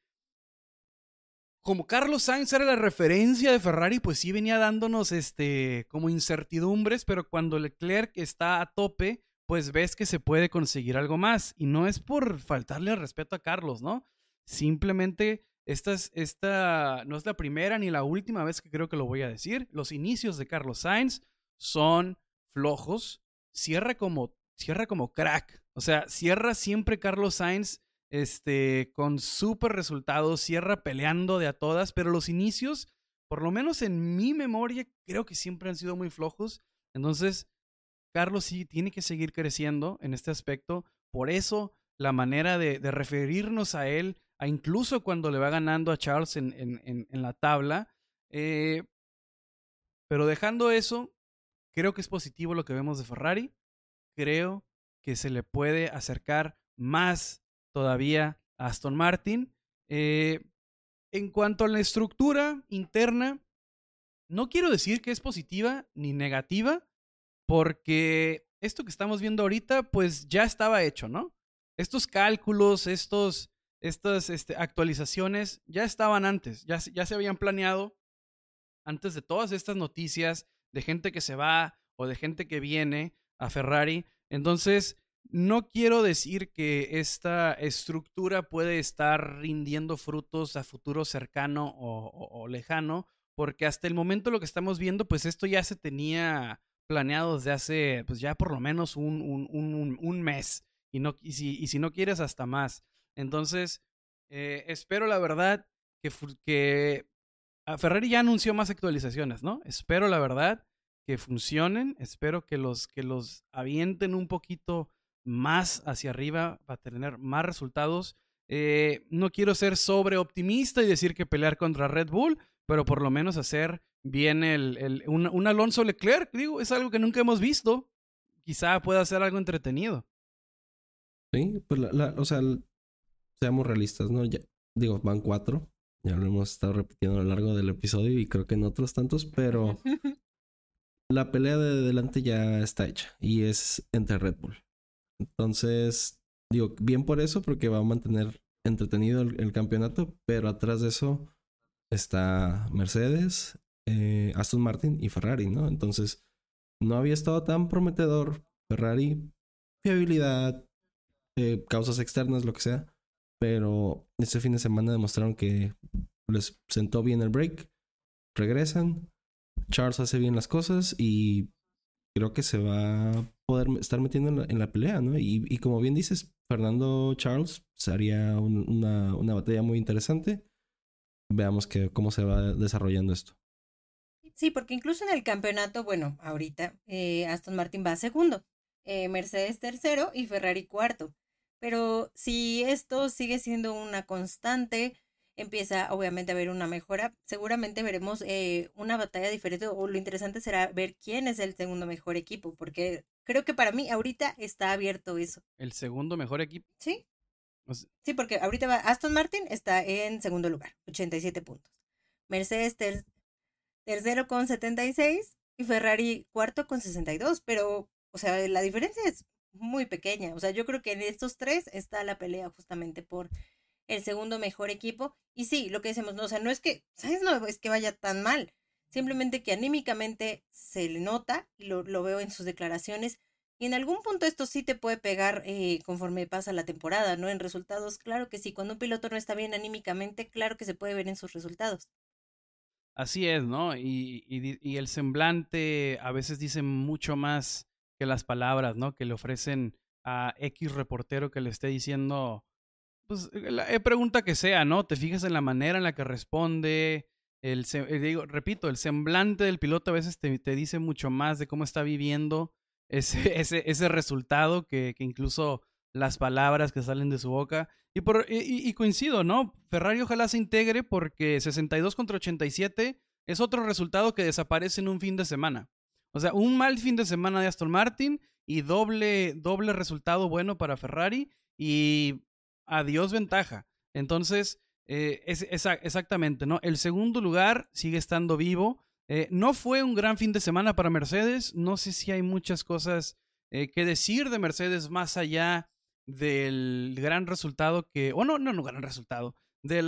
Como Carlos Sainz era la referencia de Ferrari, pues sí venía dándonos como incertidumbres, pero cuando Leclerc está a tope, pues ves que se puede conseguir algo más. Y no es por faltarle el respeto a Carlos, ¿no? Simplemente esta no es la primera ni la última vez que creo que lo voy a decir. Los inicios de Carlos Sainz son flojos. Cierra como crack. O sea, cierra siempre Carlos Sainz con súper resultados, cierra peleando de a todas, pero los inicios, por lo menos en mi memoria, creo que siempre han sido muy flojos. Entonces, Carlos sí tiene que seguir creciendo en este aspecto. Por eso, la manera de referirnos a él, a incluso cuando le va ganando a Charles en la tabla. Pero dejando eso, creo que es positivo lo que vemos de Ferrari. Creo que se le puede acercar más todavía a Aston Martin. En cuanto a la estructura interna, no quiero decir que es positiva ni negativa, porque esto que estamos viendo ahorita, pues ya estaba hecho, ¿no? Estos cálculos, estas actualizaciones ya estaban antes, ya se habían planeado antes de todas estas noticias de gente que se va o de gente que viene a Ferrari. Entonces, no quiero decir que esta estructura puede estar rindiendo frutos a futuro cercano o lejano, porque hasta el momento lo que estamos viendo, pues esto ya se tenía planeado desde hace, pues ya por lo menos un mes, y si no quieres, hasta más. Entonces, espero la verdad que Ferrari ya anunció más actualizaciones, ¿no? Espero la verdad que funcionen, espero que los avienten un poquito más hacia arriba para tener más resultados. No quiero ser sobre optimista y decir que pelear contra Red Bull, pero por lo menos hacer bien un Alonso Leclerc, digo, es algo que nunca hemos visto. Quizá pueda ser algo entretenido. Sí, pues o sea, seamos realistas, ¿no? Ya, digo, van 4. Ya lo hemos estado repitiendo a lo largo del episodio y creo que en otros tantos, pero la pelea de delante ya está hecha y es entre Red Bull. Entonces, digo, bien por eso, porque va a mantener entretenido el campeonato, pero atrás de eso está Mercedes, Aston Martin y Ferrari, ¿no? Entonces, no había estado tan prometedor Ferrari, fiabilidad, causas externas, lo que sea, pero este fin de semana demostraron que les sentó bien el break, regresan, Charles hace bien las cosas y creo que se va a poder estar metiendo en la pelea, ¿no? Y como bien dices, Fernando Charles sería una batalla muy interesante. Veamos cómo se va desarrollando esto. Sí, porque incluso en el campeonato, bueno, ahorita Aston Martin va segundo, Mercedes tercero y Ferrari cuarto. Pero si esto sigue siendo una constante, empieza obviamente a haber una mejora, seguramente veremos una batalla diferente o lo interesante será ver quién es el segundo mejor equipo, porque creo que para mí ahorita está abierto eso. ¿El segundo mejor equipo? Sí, O sea, sí, porque ahorita Aston Martin está en segundo lugar, 87 puntos. Mercedes tercero con 76 y Ferrari cuarto con 62, pero, o sea, la diferencia es muy pequeña. O sea, yo creo que en estos tres está la pelea justamente por el segundo mejor equipo. Y sí, lo que decimos, no, o sea, no es que, ¿sabes? No es que vaya tan mal. Simplemente que anímicamente se le nota, y lo veo en sus declaraciones. Y en algún punto esto sí te puede pegar conforme pasa la temporada, ¿no? En resultados, claro que sí. Cuando un piloto no está bien anímicamente, claro que se puede ver en sus resultados. así es, ¿no? Y el semblante a veces dice mucho más que las palabras, ¿no? Que le ofrecen a X reportero que le esté diciendo, pues, la pregunta que sea, ¿no? Te fijas en la manera en la que responde, digo, repito, el semblante del piloto a veces te dice mucho más de cómo está viviendo ese resultado que incluso las palabras que salen de su boca. Y coincido, ¿no? Ferrari ojalá se integre porque 62 contra 87 es otro resultado que desaparece en un fin de semana. O sea, un mal fin de semana de Aston Martin y doble resultado bueno para Ferrari y adiós ventaja. Entonces, exactamente, ¿no? El segundo lugar sigue estando vivo. No fue un gran fin de semana para Mercedes. No sé si hay muchas cosas que decir de Mercedes más allá del gran resultado no gran resultado,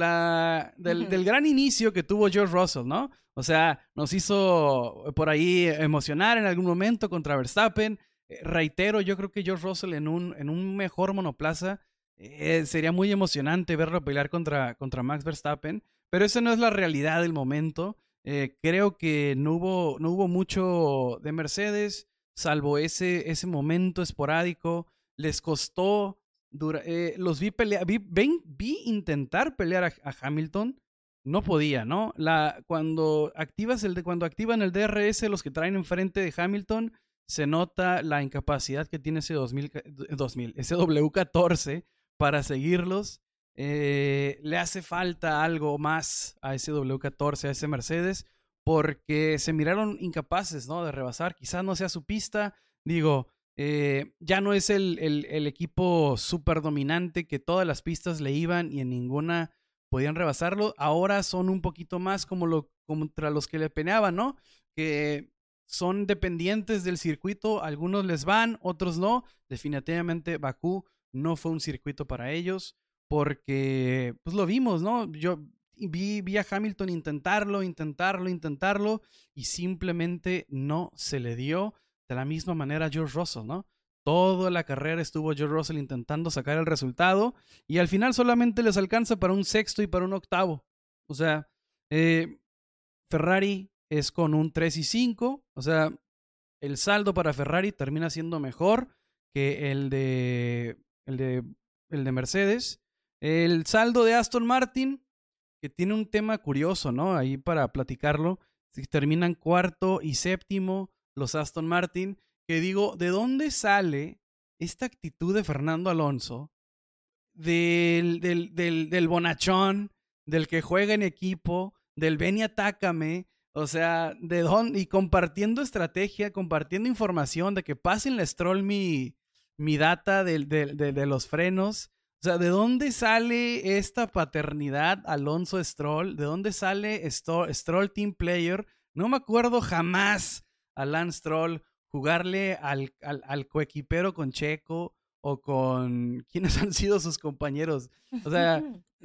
del gran inicio que tuvo George Russell, ¿no? O sea, nos hizo por ahí emocionar en algún momento contra Verstappen. Reitero, yo creo que George Russell en un mejor monoplaza sería muy emocionante verlo pelear contra Max Verstappen, pero esa no es la realidad del momento. Creo que no hubo mucho de Mercedes, salvo ese momento esporádico. Les costó, los vi intentar pelear a Hamilton, no podía, ¿no? Cuando activan el DRS, los que traen enfrente de Hamilton, se nota la incapacidad que tiene ese ese W14 para seguirlos. Le hace falta algo más a ese W14, a ese Mercedes, porque se miraron incapaces, ¿no? De rebasar. Quizás no sea su pista. Digo, ya no es el equipo súper dominante que todas las pistas le iban y en ninguna podían rebasarlo. Ahora son un poquito más contra los que le peleaban, ¿no? Que son dependientes del circuito, algunos les van, otros no. Definitivamente Bakú no fue un circuito para ellos, porque pues lo vimos, ¿no? Yo vi a Hamilton intentarlo, y simplemente no se le dio. De la misma manera a George Russell, ¿no? Toda la carrera estuvo George Russell intentando sacar el resultado, y al final solamente les alcanza para un sexto y para un octavo. O sea, Ferrari es con un 3 y 5, o sea, el saldo para Ferrari termina siendo mejor que el de Mercedes. El saldo de Aston Martin, que tiene un tema curioso, ¿no? Ahí para platicarlo, terminan cuarto y séptimo los Aston Martin, que digo, ¿de dónde sale esta actitud de Fernando Alonso? Del bonachón, del que juega en equipo, del ven y atácame, o sea, y compartiendo estrategia, compartiendo información, de que pasen la Stroll mi data de los frenos. O sea, ¿de dónde sale esta paternidad Alonso-Stroll? ¿De dónde sale Stroll Team Player? No me acuerdo jamás a Lance Stroll jugarle al coequipero con Checo o con quiénes han sido sus compañeros. O sea,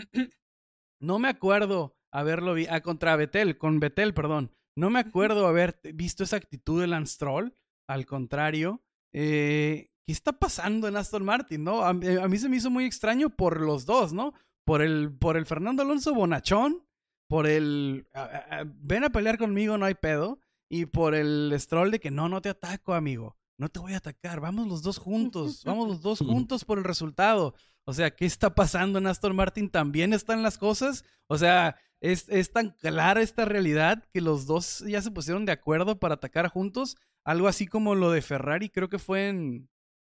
no me acuerdo haberlo visto con Vettel, perdón. No me acuerdo haber visto esa actitud de Lance Stroll. Al contrario, ¿qué está pasando en Aston Martin, no? A mí se me hizo muy extraño por los dos, ¿no? Por el Fernando Alonso bonachón, por el ven a pelear conmigo, no hay pedo, y por el Stroll de que no te ataco, amigo. No te voy a atacar, vamos los dos juntos por el resultado. O sea, ¿qué está pasando en Aston Martin? ¿También están las cosas? O sea, es tan clara esta realidad que los dos ya se pusieron de acuerdo para atacar juntos. Algo así como lo de Ferrari, creo que fue en...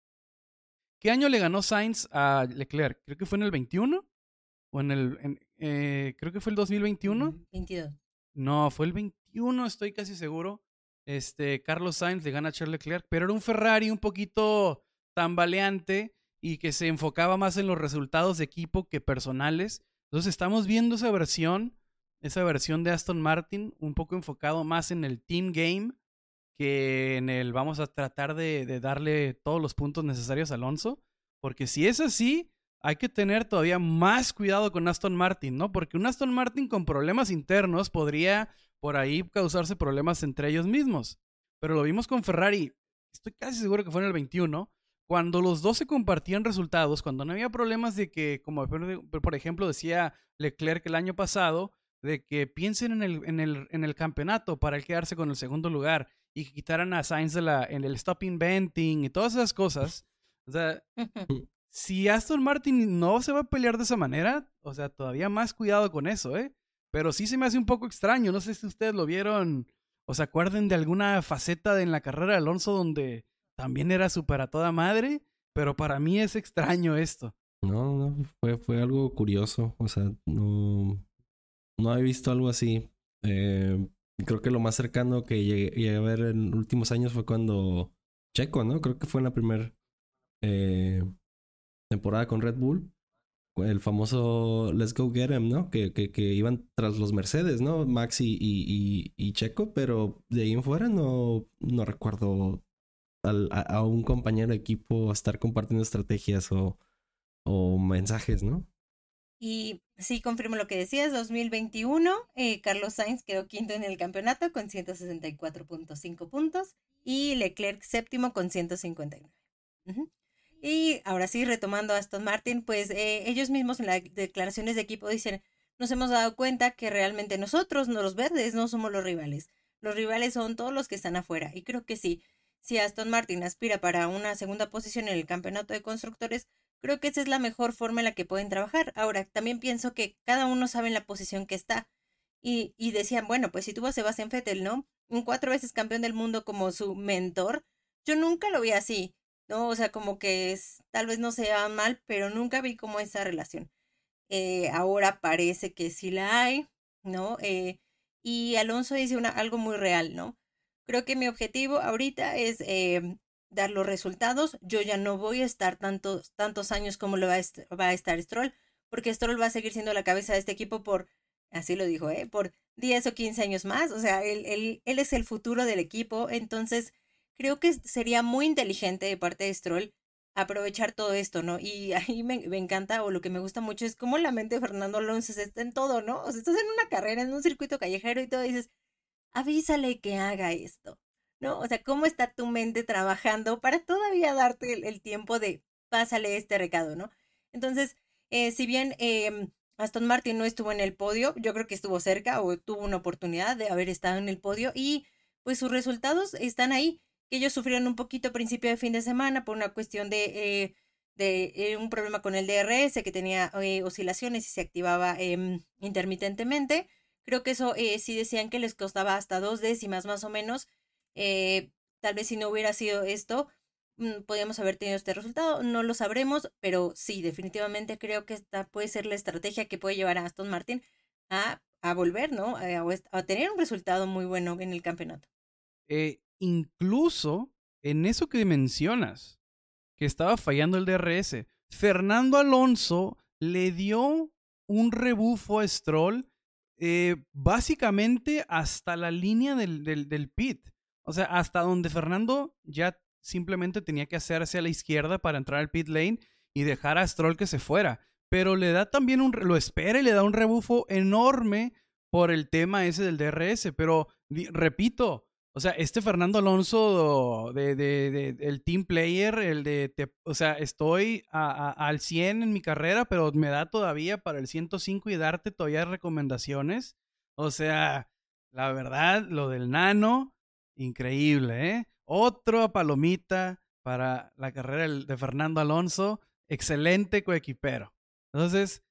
¿Qué año le ganó Sainz a Leclerc? Creo que fue en el 21 o creo que fue el 2021. 22. No, fue el 21, estoy casi seguro. Carlos Sainz le gana a Charles Leclerc, pero era un Ferrari un poquito tambaleante y que se enfocaba más en los resultados de equipo que personales. Entonces estamos viendo esa versión de Aston Martin un poco enfocado más en el team game que en el vamos a tratar de darle todos los puntos necesarios a Alonso, porque si es así, hay que tener todavía más cuidado con Aston Martin, ¿no? Porque un Aston Martin con problemas internos podría por ahí causarse problemas entre ellos mismos. Pero lo vimos con Ferrari, estoy casi seguro que fue en el 21, cuando los dos se compartían resultados, cuando no había problemas de que, como por ejemplo decía Leclerc el año pasado, de que piensen en el campeonato para el quedarse con el segundo lugar y que quitaran a Sainz en el stop inventing y todas esas cosas. O sea, si Aston Martin no se va a pelear de esa manera, o sea, todavía más cuidado con eso, ¿eh? Pero sí se me hace un poco extraño. No sé si ustedes lo vieron o se acuerdan de alguna faceta en la carrera de Alonso donde también era súper a toda madre, pero para mí es extraño esto. No, fue algo curioso. O sea, no he visto algo así. Creo que lo más cercano que llegué a ver en últimos años fue cuando Checo, ¿no? Creo que fue en la primera temporada con Red Bull. El famoso Let's Go Get 'Em, ¿no? Que iban tras los Mercedes, ¿no? Max y Checo, pero de ahí en fuera no recuerdo a un compañero de equipo estar compartiendo estrategias o mensajes, ¿no? Y sí, confirmo lo que decías, 2021, Carlos Sainz quedó quinto en el campeonato con 164.5 puntos y Leclerc séptimo con 159. Y ahora sí, retomando a Aston Martin, pues ellos mismos en las declaraciones de equipo dicen, nos hemos dado cuenta que realmente nosotros, no los verdes, no somos los rivales. Los rivales son todos los que están afuera. Y creo que sí, si Aston Martin aspira para una segunda posición en el campeonato de constructores, creo que esa es la mejor forma en la que pueden trabajar. Ahora, también pienso que cada uno sabe en la posición que está. Y decían, bueno, pues si tuvo a Sebastián Vettel, ¿no? Un 4 veces campeón del mundo como su mentor, yo nunca lo vi así, ¿no? O sea, como que tal vez no sea mal, pero nunca vi como esa relación. Ahora parece que sí la hay, ¿no? Y Alonso dice algo muy real, ¿no? Creo que mi objetivo ahorita es dar los resultados. Yo ya no voy a estar tantos años como lo va a estar Stroll, porque Stroll va a seguir siendo la cabeza de este equipo por así lo dijo, por 10 o 15 años más. O sea, él es el futuro del equipo. Entonces, creo que sería muy inteligente de parte de Stroll aprovechar todo esto, ¿no? Y ahí me encanta, o lo que me gusta mucho es cómo la mente de Fernando Alonso está en todo, ¿no? O sea, estás en una carrera, en un circuito callejero y todo, y dices, avísale que haga esto, ¿no? O sea, cómo está tu mente trabajando para todavía darte el tiempo de pásale este recado, ¿no? Entonces, si bien Aston Martin no estuvo en el podio, yo creo que estuvo cerca o tuvo una oportunidad de haber estado en el podio y pues sus resultados están ahí, que ellos sufrieron un poquito a principio de fin de semana por una cuestión de un problema con el DRS que tenía oscilaciones y se activaba intermitentemente. Creo que eso sí decían que les costaba hasta 2 décimas más o menos. Eh, Tal vez si no hubiera sido esto, podríamos haber tenido este resultado, no lo sabremos, pero sí, definitivamente creo que esta puede ser la estrategia que puede llevar a Aston Martin a volver, ¿no? A tener un resultado muy bueno en el campeonato. Incluso en eso que mencionas, que estaba fallando el DRS, Fernando Alonso le dio un rebufo a Stroll básicamente hasta la línea del pit. O sea, hasta donde Fernando ya simplemente tenía que hacer hacia la izquierda para entrar al pit lane y dejar a Stroll que se fuera. Pero le da también lo espera y le da un rebufo enorme por el tema ese del DRS. Pero repito, o sea, este Fernando Alonso el team player, o sea, estoy al 100 en mi carrera, pero me da todavía para el 105 y darte todavía recomendaciones. O sea, la verdad, lo del nano, increíble, ¿eh? Otra palomita para la carrera de Fernando Alonso, excelente coequipero. Entonces,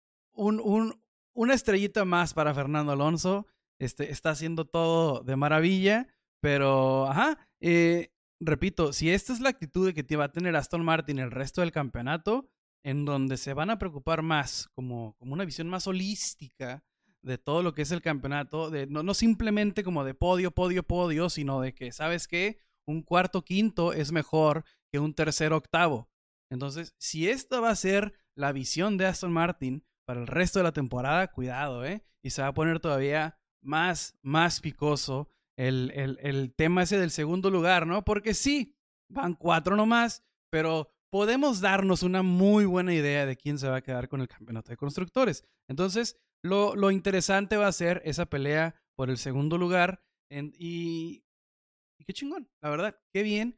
una estrellita más para Fernando Alonso, está haciendo todo de maravilla. Pero, repito, si esta es la actitud de que te va a tener Aston Martin el resto del campeonato, en donde se van a preocupar más, como una visión más holística de todo lo que es el campeonato, no simplemente como de podio, sino de que, ¿sabes qué? Un cuarto, quinto es mejor que un tercero, octavo. Entonces, si esta va a ser la visión de Aston Martin para el resto de la temporada, cuidado, y se va a poner todavía más picoso el tema ese del segundo lugar, ¿no? Porque sí, van 4 nomás, pero podemos darnos una muy buena idea de quién se va a quedar con el campeonato de constructores. Entonces, lo interesante va a ser esa pelea por el segundo lugar y qué chingón, la verdad, qué bien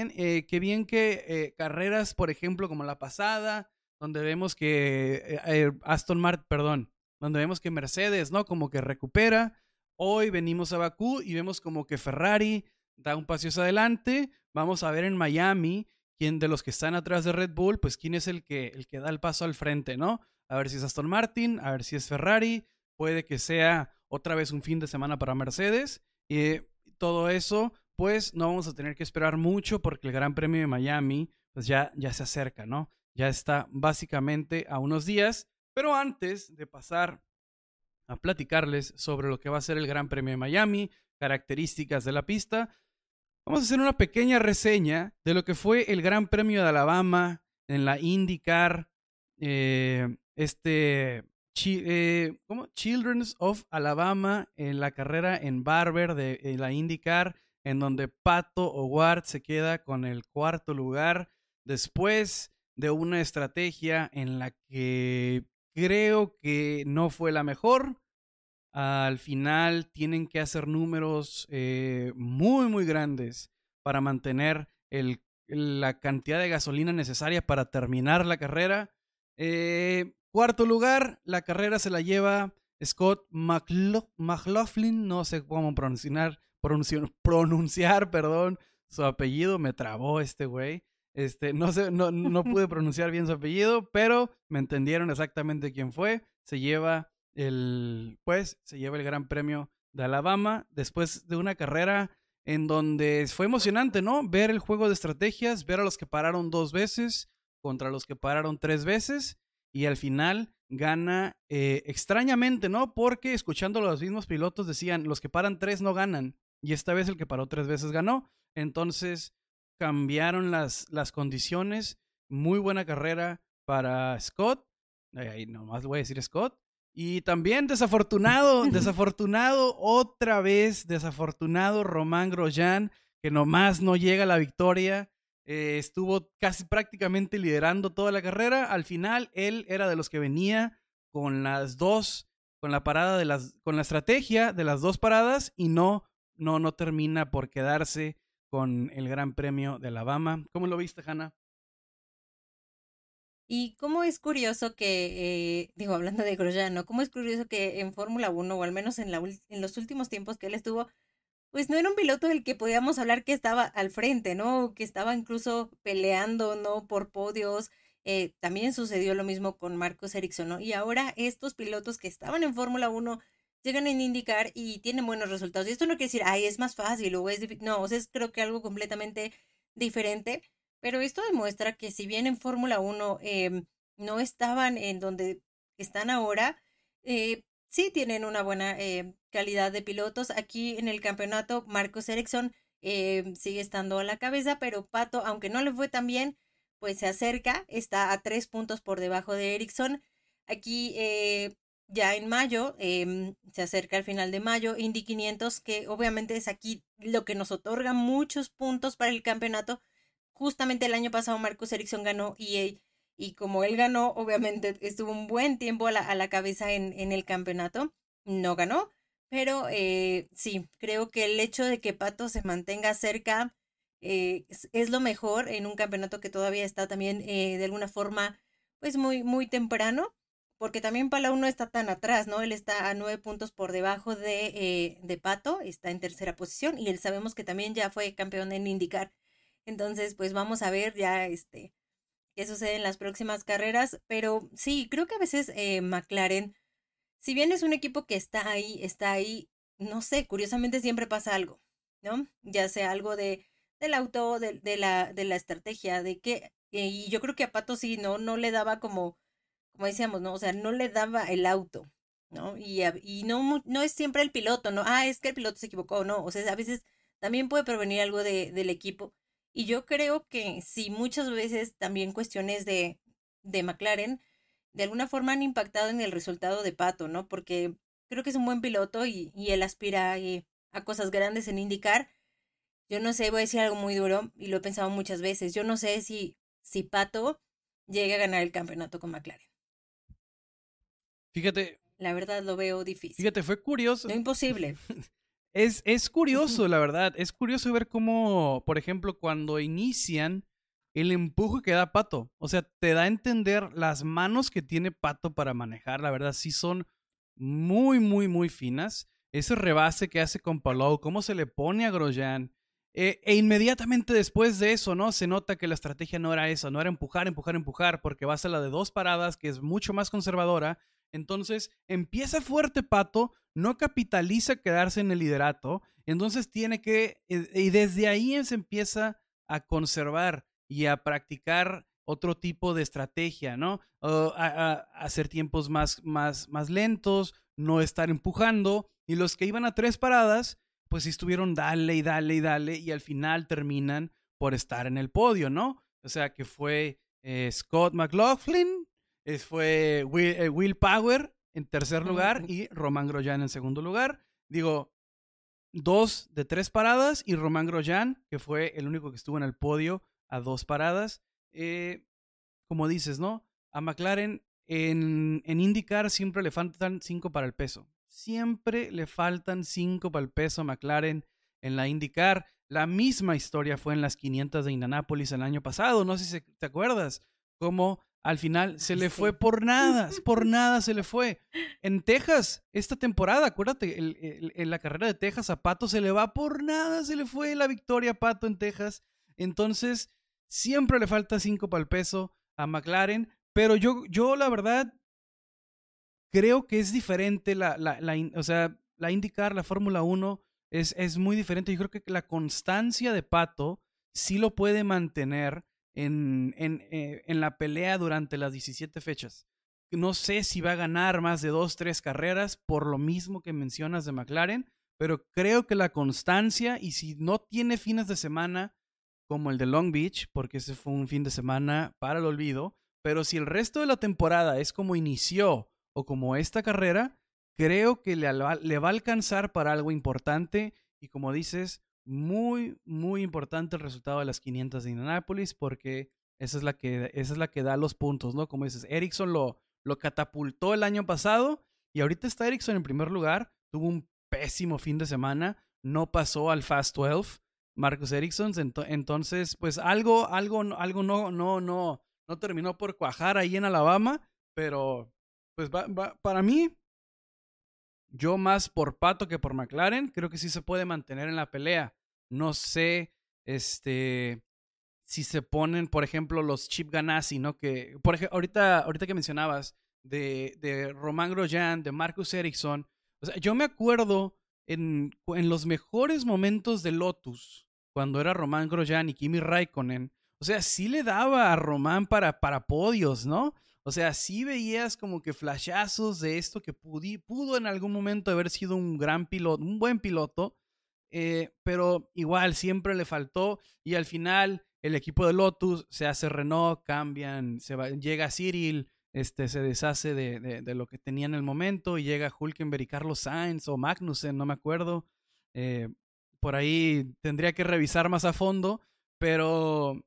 que carreras, por ejemplo, como la pasada, donde vemos que donde vemos que Mercedes, ¿no? Como que recupera. Hoy venimos a Bakú y vemos como que Ferrari da un paso hacia adelante. Vamos a ver en Miami quién de los que están atrás de Red Bull, pues quién es el que da el paso al frente, ¿no? A ver si es Aston Martin, a ver si es Ferrari. Puede que sea otra vez un fin de semana para Mercedes. Y todo eso, pues no vamos a tener que esperar mucho porque el Gran Premio de Miami pues ya se acerca, ¿no? Ya está básicamente a unos días. Pero antes de pasar a platicarles sobre lo que va a ser el Gran Premio de Miami, características de la pista, vamos a hacer una pequeña reseña de lo que fue el Gran Premio de Alabama en la IndyCar, Children's of Alabama, en la carrera en Barber de la IndyCar, en donde Pato O'Ward se queda con el cuarto lugar después de una estrategia en la que creo que no fue la mejor. Al final tienen que hacer números muy grandes para mantener la cantidad de gasolina necesaria para terminar la carrera. Cuarto lugar, la carrera se la lleva Scott McLaughlin, no sé cómo pronunciar, perdón, su apellido, me trabó este güey. No pude pronunciar bien su apellido, pero me entendieron exactamente quién fue. Se lleva el Gran Premio de Alabama después de una carrera en donde fue emocionante, ¿no? Ver el juego de estrategias, ver a los que pararon 2 veces contra los que pararon 3 veces y al final gana extrañamente, ¿no? Porque escuchando a los mismos pilotos decían, los que paran 3 no ganan y esta vez el que paró 3 veces ganó. Entonces cambiaron las condiciones. Muy buena carrera para Scott. Ahí nomás le voy a decir Scott. Y también desafortunado otra vez, desafortunado Román Grosjean, que nomás no llega a la victoria. Estuvo casi prácticamente liderando toda la carrera. Al final, él era de los que venía con la estrategia de las dos paradas y no termina por quedarse con el Gran Premio de Alabama. ¿Cómo lo viste, Hannah? Y cómo es curioso que, hablando de Grosjean, ¿no? Cómo es curioso que en Fórmula 1, o al menos en los últimos tiempos que él estuvo, pues no era un piloto del que podíamos hablar que estaba al frente, ¿no? Que estaba incluso peleando, ¿no? Por podios. También sucedió lo mismo con Marcus Ericsson, ¿no? Y ahora estos pilotos que estaban en Fórmula 1 llegan en IndyCar y tienen buenos resultados. Y esto no quiere decir, ay, es más fácil o es difícil. No, o sea, es creo que algo completamente diferente. Pero esto demuestra que si bien en Fórmula 1 no estaban en donde están ahora, sí tienen una buena calidad de pilotos. Aquí en el campeonato, Marcus Ericsson sigue estando a la cabeza, pero Pato, aunque no le fue tan bien, pues se acerca, está a 3 puntos por debajo de Ericsson. Aquí ya en mayo, se acerca al final de mayo, Indy 500, que obviamente es aquí lo que nos otorga muchos puntos para el campeonato. Justamente el año pasado Marcus Ericsson ganó y como él ganó, obviamente estuvo un buen tiempo a la cabeza en el campeonato. No ganó, pero sí, creo que el hecho de que Pato se mantenga cerca es lo mejor en un campeonato que todavía está también de alguna forma pues muy, muy temprano, porque también Palau no está tan atrás, ¿no? Él está a 9 puntos por debajo de Pato, está en tercera posición y él sabemos que también ya fue campeón en IndyCar. Entonces, pues vamos a ver ya qué sucede en las próximas carreras. Pero sí, creo que a veces McLaren, si bien es un equipo que está ahí, no sé, curiosamente siempre pasa algo, ¿no? Ya sea algo del auto, de la estrategia, de que, y yo creo que a Pato sí, no le daba como decíamos, ¿no? O sea, no le daba el auto, ¿no? Y no es siempre el piloto, ¿no? Ah, es que el piloto se equivocó, no. O sea, a veces también puede provenir algo del equipo. Y yo creo que sí, muchas veces también cuestiones de McLaren de alguna forma han impactado en el resultado de Pato, ¿no? Porque creo que es un buen piloto y él aspira a cosas grandes en IndyCar. Yo no sé, voy a decir algo muy duro y lo he pensado muchas veces. Yo no sé si Pato llegue a ganar el campeonato con McLaren. Fíjate. La verdad lo veo difícil. Fíjate, fue curioso. No imposible. Es curioso, la verdad. Es curioso ver cómo, por ejemplo, cuando inician el empuje que da Pato. O sea, te da a entender las manos que tiene Pato para manejar. La verdad, sí son muy, muy, muy finas. Ese rebase que hace con Palou, cómo se le pone a Grosjean. E inmediatamente después de eso, ¿no? Se nota que la estrategia no era eso, no era empujar, empujar, empujar, porque vas a la de dos paradas, que es mucho más conservadora. Entonces empieza fuerte Pato, no capitaliza quedarse en el liderato, entonces tiene que, y desde ahí se empieza a conservar y a practicar otro tipo de estrategia, ¿no? A hacer tiempos más lentos, no estar empujando, y los que iban a 3 paradas, pues estuvieron dale y dale y dale, y al final terminan por estar en el podio, ¿no? O sea que fue Scott McLaughlin, fue Will Power en tercer lugar y Román Grosjean en segundo lugar. Digo, 2 de 3 paradas y Román Grosjean, que fue el único que estuvo en el podio a 2 paradas. Como dices, ¿no? A McLaren en IndyCar siempre le faltan 5 para el peso. Siempre le faltan 5 para el peso a McLaren en la IndyCar. La misma historia fue en las 500 de Indianápolis el año pasado. No sé si te acuerdas cómo al final se le fue por nada se le fue. En Texas, esta temporada, acuérdate, en la carrera de Texas a Pato se le va por nada, se le fue la victoria a Pato en Texas. Entonces, siempre le falta 5 para el peso a McLaren, pero yo la verdad creo que es diferente o sea, la IndyCar, la Fórmula 1 es muy diferente. Yo creo que la constancia de Pato sí lo puede mantener en la pelea durante las 17 fechas. No sé si va a ganar más de 2, 3 carreras por lo mismo que mencionas de McLaren, pero creo que la constancia, y si no tiene fines de semana como el de Long Beach, porque ese fue un fin de semana para el olvido, pero si el resto de la temporada es como inició o como esta carrera, creo que le va a alcanzar para algo importante y como dices, muy, muy importante el resultado de las 500 de Indianápolis porque esa es la que da los puntos, ¿no? Como dices, Ericsson lo catapultó el año pasado y ahorita está Ericsson en primer lugar, tuvo un pésimo fin de semana, no pasó al Fast 12, Marcus Ericsson, entonces pues algo no terminó por cuajar ahí en Alabama, pero pues para mí, yo más por Pato que por McLaren, creo que sí se puede mantener en la pelea. No sé, si se ponen, por ejemplo, los Chip Ganassi, ¿no? Que, por ejemplo, ahorita que mencionabas de Romain Grosjean, de Marcus Ericsson, o sea, yo me acuerdo en los mejores momentos de Lotus, cuando era Romain Grosjean y Kimi Raikkonen, o sea, sí le daba a Romain para podios, ¿no? O sea, sí veías como que flashazos de esto que pudo en algún momento haber sido un gran piloto, un buen piloto, pero igual siempre le faltó y al final el equipo de Lotus se hace Renault, cambian, llega Cyril, se deshace de lo que tenía en el momento y llega Hülkenberg y Carlos Sainz o Magnussen, no me acuerdo. Eh, por ahí tendría que revisar más a fondo, pero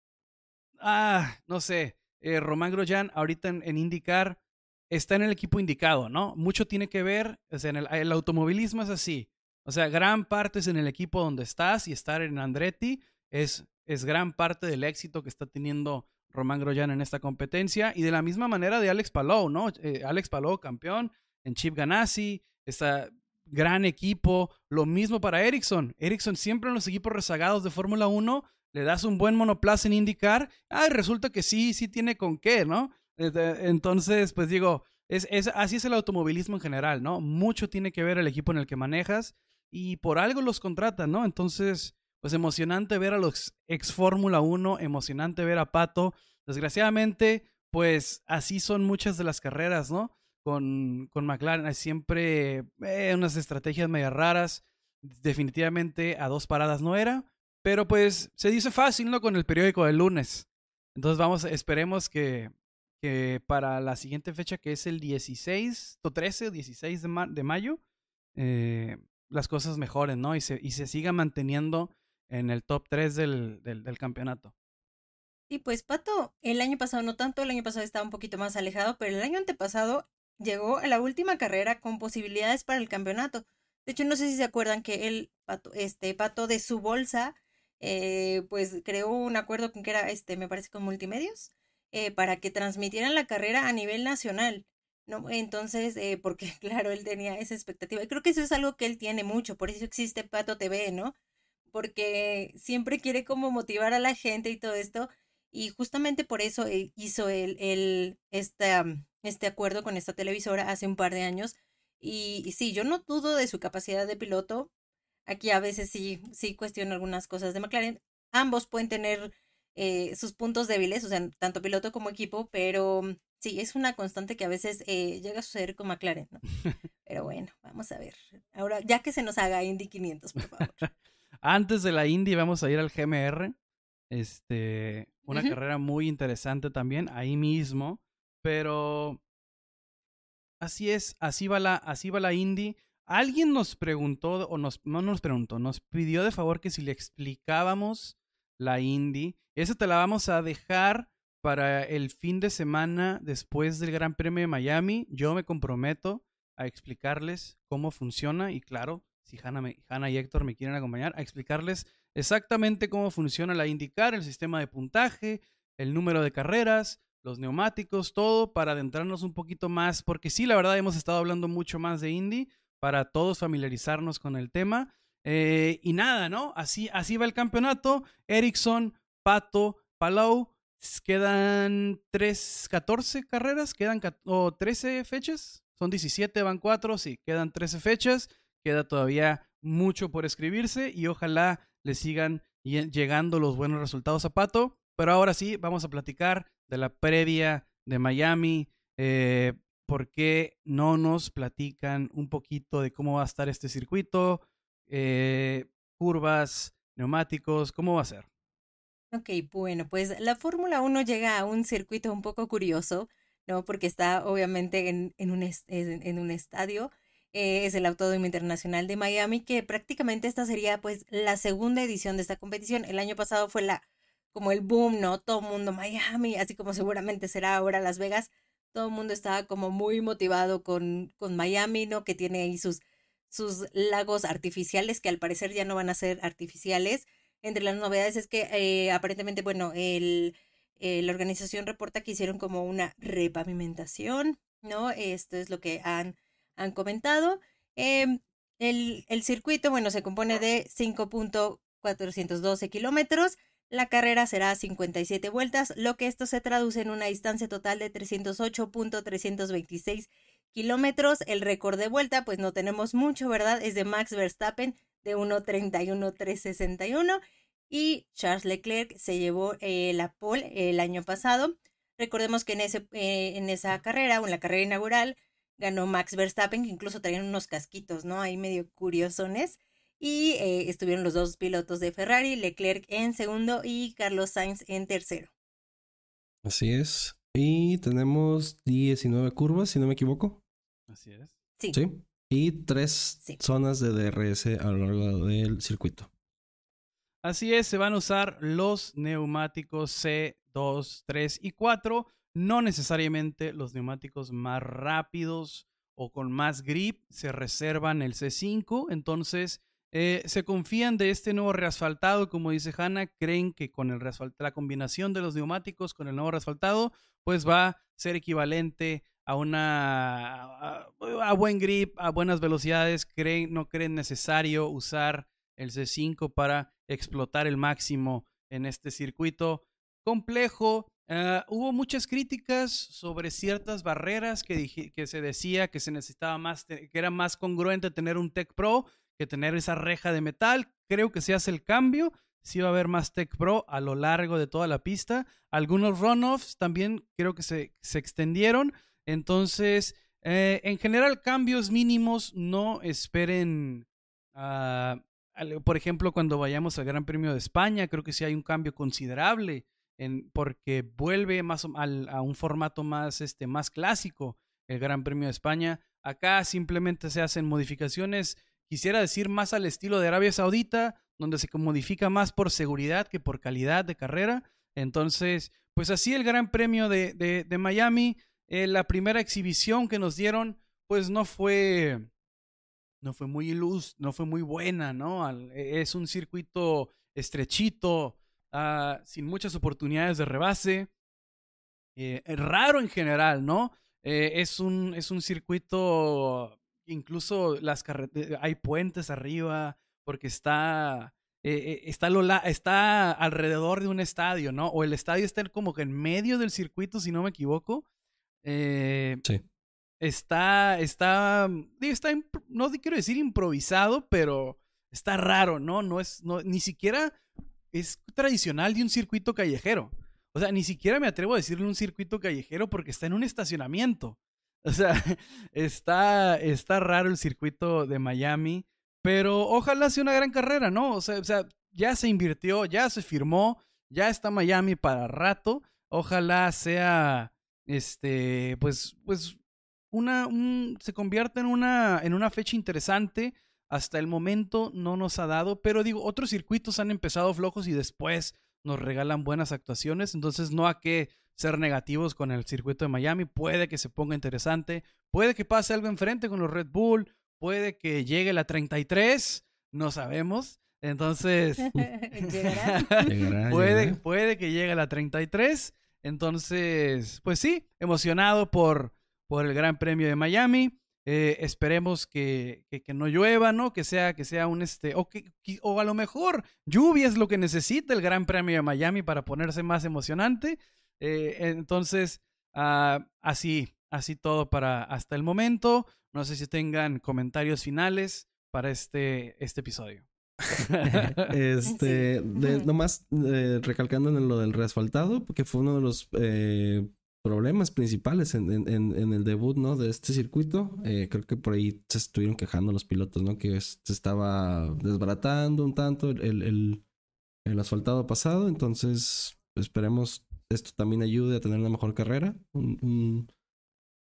no sé, Román Grosjean ahorita en IndyCar está en el equipo indicado, ¿no? Mucho tiene que ver, o sea, el automovilismo es así. O sea, gran parte es en el equipo donde estás y estar en Andretti es gran parte del éxito que está teniendo Román Grosjean en esta competencia y de la misma manera de Alex Palou, ¿no? Alex Palou, campeón en Chip Ganassi, está gran equipo, lo mismo para Ericsson. Ericsson siempre en los equipos rezagados de Fórmula 1 le das un buen monoplaza en IndyCar, resulta que sí tiene con qué, ¿no? Entonces, pues digo, así es el automovilismo en general, ¿no? Mucho tiene que ver el equipo en el que manejas y por algo los contratan, ¿no? Entonces, pues emocionante ver a los ex Fórmula 1, emocionante ver a Pato. Desgraciadamente, pues así son muchas de las carreras, ¿no? Con McLaren hay siempre unas estrategias medio raras. Definitivamente a 2 paradas no era, pero pues se dice fácil, ¿no? Con el periódico del lunes. Entonces esperemos que para la siguiente fecha, que es el 16 o 13 o 16 de mayo, las cosas mejoren, ¿no? Y se siga manteniendo en el top 3 del campeonato. Y pues Pato, el año pasado no tanto, el año pasado estaba un poquito más alejado, pero el año antepasado llegó a la última carrera con posibilidades para el campeonato. De hecho, no sé si se acuerdan que el Pato de su bolsa, pues creó un acuerdo con que era, me parece con Multimedios, para que transmitieran la carrera a nivel nacional, ¿no? Entonces, porque claro, él tenía esa expectativa. Y creo que eso es algo que él tiene mucho, por eso existe Pato TV, ¿no? Porque siempre quiere como motivar a la gente y todo esto. Y justamente por eso hizo este acuerdo con esta televisora hace un par de años. Y sí, yo no dudo de su capacidad de piloto. Aquí a veces sí cuestiono algunas cosas de McLaren. Ambos pueden tener sus puntos débiles, o sea, tanto piloto como equipo, pero sí, es una constante que a veces llega a suceder con McLaren, ¿no? Pero bueno, vamos a ver. Ahora, ya que se nos haga Indy 500, por favor. Antes de la Indy vamos a ir al GMR. Una Ujú. carrera muy interesante también, ahí mismo. Pero así es, así va la Indy. Alguien nos preguntó, no nos preguntó, nos pidió de favor que si le explicábamos la Indy. Esa te la vamos a dejar para el fin de semana después del Gran Premio de Miami. Yo me comprometo a explicarles cómo funciona y claro, si Hanna y Héctor me quieren acompañar, a explicarles exactamente cómo funciona la IndyCar, el sistema de puntaje, el número de carreras, los neumáticos, todo para adentrarnos un poquito más, porque sí, la verdad hemos estado hablando mucho más de Indy para todos familiarizarnos con el tema. Y nada, ¿no? Así va el campeonato. Ericsson, Pato, Palou, quedan 14 carreras, o 13 fechas, son 17, van 4, sí, quedan 13 fechas, queda todavía mucho por escribirse y ojalá le sigan llegando los buenos resultados a Pato. Pero ahora sí, vamos a platicar de la previa de Miami. ¿Por qué no nos platican un poquito de cómo va a estar este circuito? Curvas, neumáticos, ¿cómo va a ser? Ok, bueno, pues la Fórmula 1 llega a un circuito un poco curioso. ¿no? Porque está obviamente en un estadio. Es el Autódromo Internacional de Miami, que prácticamente esta sería pues la segunda edición de esta competición. El año pasado fue como el boom, ¿no? Todo el mundo Miami, así como seguramente será ahora Las Vegas. Todo el mundo estaba como muy motivado con Miami, ¿no? Que tiene ahí sus lagos artificiales, que al parecer ya no van a ser artificiales. Entre las novedades es que aparentemente, bueno, la organización reporta que hicieron como una repavimentación, ¿no? Esto es lo que han comentado. El circuito, bueno, se compone de 5.412 kilómetros. La carrera será 57 vueltas, lo que esto se traduce en una distancia total de 308.326 kilómetros. El récord de vuelta, pues no tenemos mucho, ¿verdad? Es de Max Verstappen de 1.31.361 y Charles Leclerc se llevó la pole el año pasado. Recordemos que en esa carrera, o en la carrera inaugural, ganó Max Verstappen, que incluso traían unos casquitos, ¿no? Ahí medio curiosones. Y estuvieron los dos pilotos de Ferrari, Leclerc en segundo y Carlos Sainz en tercero. Así es. Y tenemos 19 curvas, si no me equivoco. Así es. Sí. Sí. Y 3 zonas de DRS a lo largo del circuito. Así es, se van a usar los neumáticos C2, 3 y 4, no necesariamente los neumáticos más rápidos o con más grip, se reservan el C5, entonces se confían de este nuevo reasfaltado, como dice Hanna, creen que con la combinación de los neumáticos con el nuevo reasfaltado, pues va a ser equivalente a buen grip, a buenas velocidades, no creen necesario usar el C5 para explotar el máximo en este circuito complejo. Hubo muchas críticas sobre ciertas barreras que se decía que se necesitaba más, que era más congruente tener un Tech Pro que tener esa reja de metal. Creo que se hace el cambio. Sí va a haber más Tech Pro a lo largo de toda la pista. Algunos runoffs también creo que se extendieron. Entonces, en general, cambios mínimos. No esperen por ejemplo, cuando vayamos al Gran Premio de España, creo que sí hay un cambio considerable porque vuelve a un formato más clásico el Gran Premio de España. Acá simplemente se hacen modificaciones, quisiera decir más al estilo de Arabia Saudita, donde se modifica más por seguridad que por calidad de carrera. Entonces, pues así el Gran Premio de Miami, la primera exhibición que nos dieron, pues no fue muy buena, ¿no? Es un circuito estrechito, sin muchas oportunidades de rebase, raro en general, ¿no? Es un circuito, incluso hay puentes arriba, porque está alrededor de un estadio, ¿no? O el estadio está como que en medio del circuito, si no me equivoco. Sí. No quiero decir improvisado, pero está raro, ¿no? Ni siquiera es tradicional de un circuito callejero. O sea, ni siquiera me atrevo a decirle un circuito callejero porque está en un estacionamiento. O sea, está raro el circuito de Miami, pero ojalá sea una gran carrera, ¿no? O sea, ya se invirtió, ya se firmó, ya está Miami para rato. Ojalá sea, pues se convierta en una fecha interesante. Hasta el momento no nos ha dado, pero digo, otros circuitos han empezado flojos y después nos regalan buenas actuaciones, entonces no hay que ser negativos con el circuito de Miami. Puede que se ponga interesante, puede que pase algo enfrente con los Red Bull, puede que llegue la 33, no sabemos. Entonces puede que llegue la 33. Entonces, pues sí, emocionado por el Gran Premio de Miami. Esperemos que no llueva, ¿no? Que sea o a lo mejor lluvia es lo que necesita el Gran Premio de Miami para ponerse más emocionante. Entonces, así todo para hasta el momento. No sé si tengan comentarios finales para este episodio. Nomás recalcando en lo del reasfaltado, porque fue uno de los problemas principales en el debut, ¿no? De este circuito. Creo que por ahí se estuvieron quejando los pilotos, ¿no? Que se estaba desbaratando un tanto el asfaltado pasado. Entonces, esperemos esto también ayude a tener una mejor carrera. Un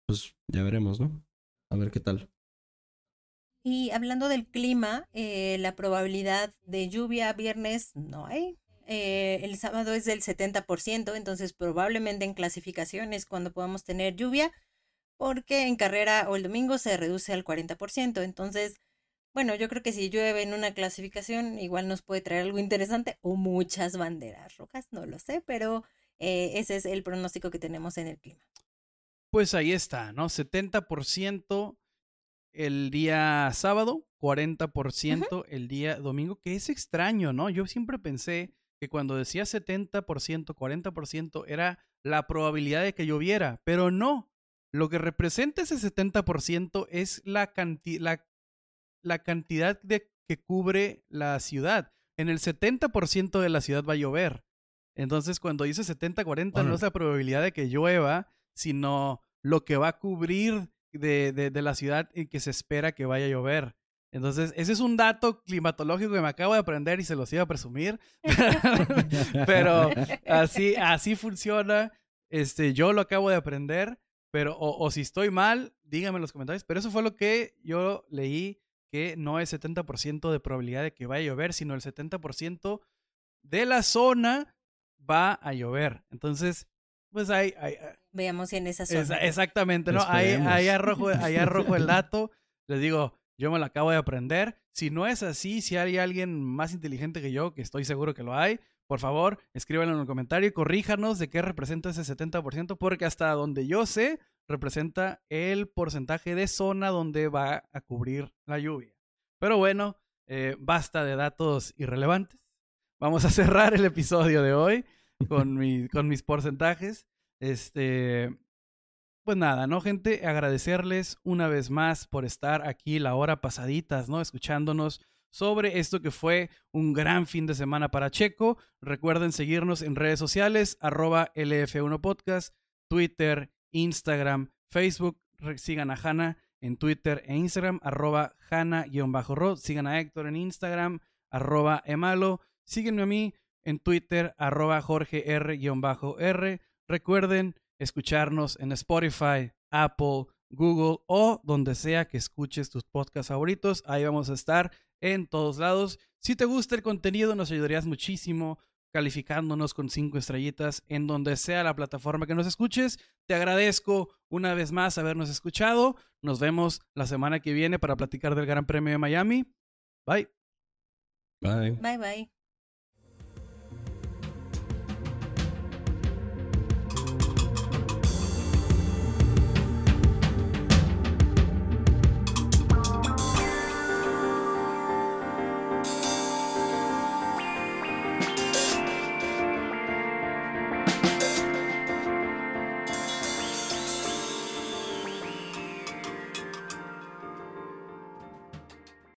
pues ya veremos, ¿no? A ver qué tal. Y hablando del clima, la probabilidad de lluvia viernes no hay. El sábado es del 70%, entonces probablemente en clasificación es cuando podamos tener lluvia, porque en carrera o el domingo se reduce al 40%. Entonces, bueno, yo creo que si llueve en una clasificación, igual nos puede traer algo interesante o muchas banderas rojas, no lo sé, pero ese es el pronóstico que tenemos en el clima. Pues ahí está, ¿no? 70% el día sábado, Ujú. 40% el día domingo, que es extraño, ¿no? Yo siempre pensé que cuando decía 70%, 40% era la probabilidad de que lloviera, pero no. Lo que representa ese 70% es la cantidad que cubre la ciudad. En el 70% de la ciudad va a llover. Entonces, cuando dice 70-40, no es Órale. la probabilidad de que llueva, sino lo que va a cubrir de la ciudad y que se espera que vaya a llover. Entonces, ese es un dato climatológico que me acabo de aprender y se los iba a presumir. Pero así funciona. Yo lo acabo de aprender, pero o si estoy mal, díganme en los comentarios. Pero eso fue lo que yo leí, que no es 70% de probabilidad de que vaya a llover, sino el 70% de la zona va a llover. Entonces, pues Veamos si en esa zona llueve. exactamente, ¿no? Esperemos. Ahí arrojo el dato. Les digo, yo me lo acabo de aprender. Si no es así, si hay alguien más inteligente que yo, que estoy seguro que lo hay, por favor, escríbanlo en el comentario y corríjanos de qué representa ese 70%, porque hasta donde yo sé, representa el porcentaje de zona donde va a cubrir la lluvia. Pero bueno, basta de datos irrelevantes. Vamos a cerrar el episodio de hoy con mis porcentajes. Pues nada, ¿no, gente? Agradecerles una vez más por estar aquí la hora pasaditas, ¿no? Escuchándonos sobre esto que fue un gran fin de semana para Checo. Recuerden seguirnos en redes sociales, @LF1podcast, Twitter, Instagram, Facebook. Sigan a Hanna en Twitter e Instagram, @Hanna_Rod. Sigan a Héctor en Instagram, @Emalo. Síguenme a mí en Twitter, @JorgeR_R. Recuerden escucharnos en Spotify, Apple, Google o donde sea que escuches tus podcasts favoritos. Ahí vamos a estar en todos lados. Si te gusta el contenido, nos ayudarías muchísimo calificándonos con 5 estrellitas en donde sea la plataforma que nos escuches. Te agradezco una vez más habernos escuchado. Nos vemos la semana que viene para platicar del Gran Premio de Miami. Bye. Bye. Bye, bye.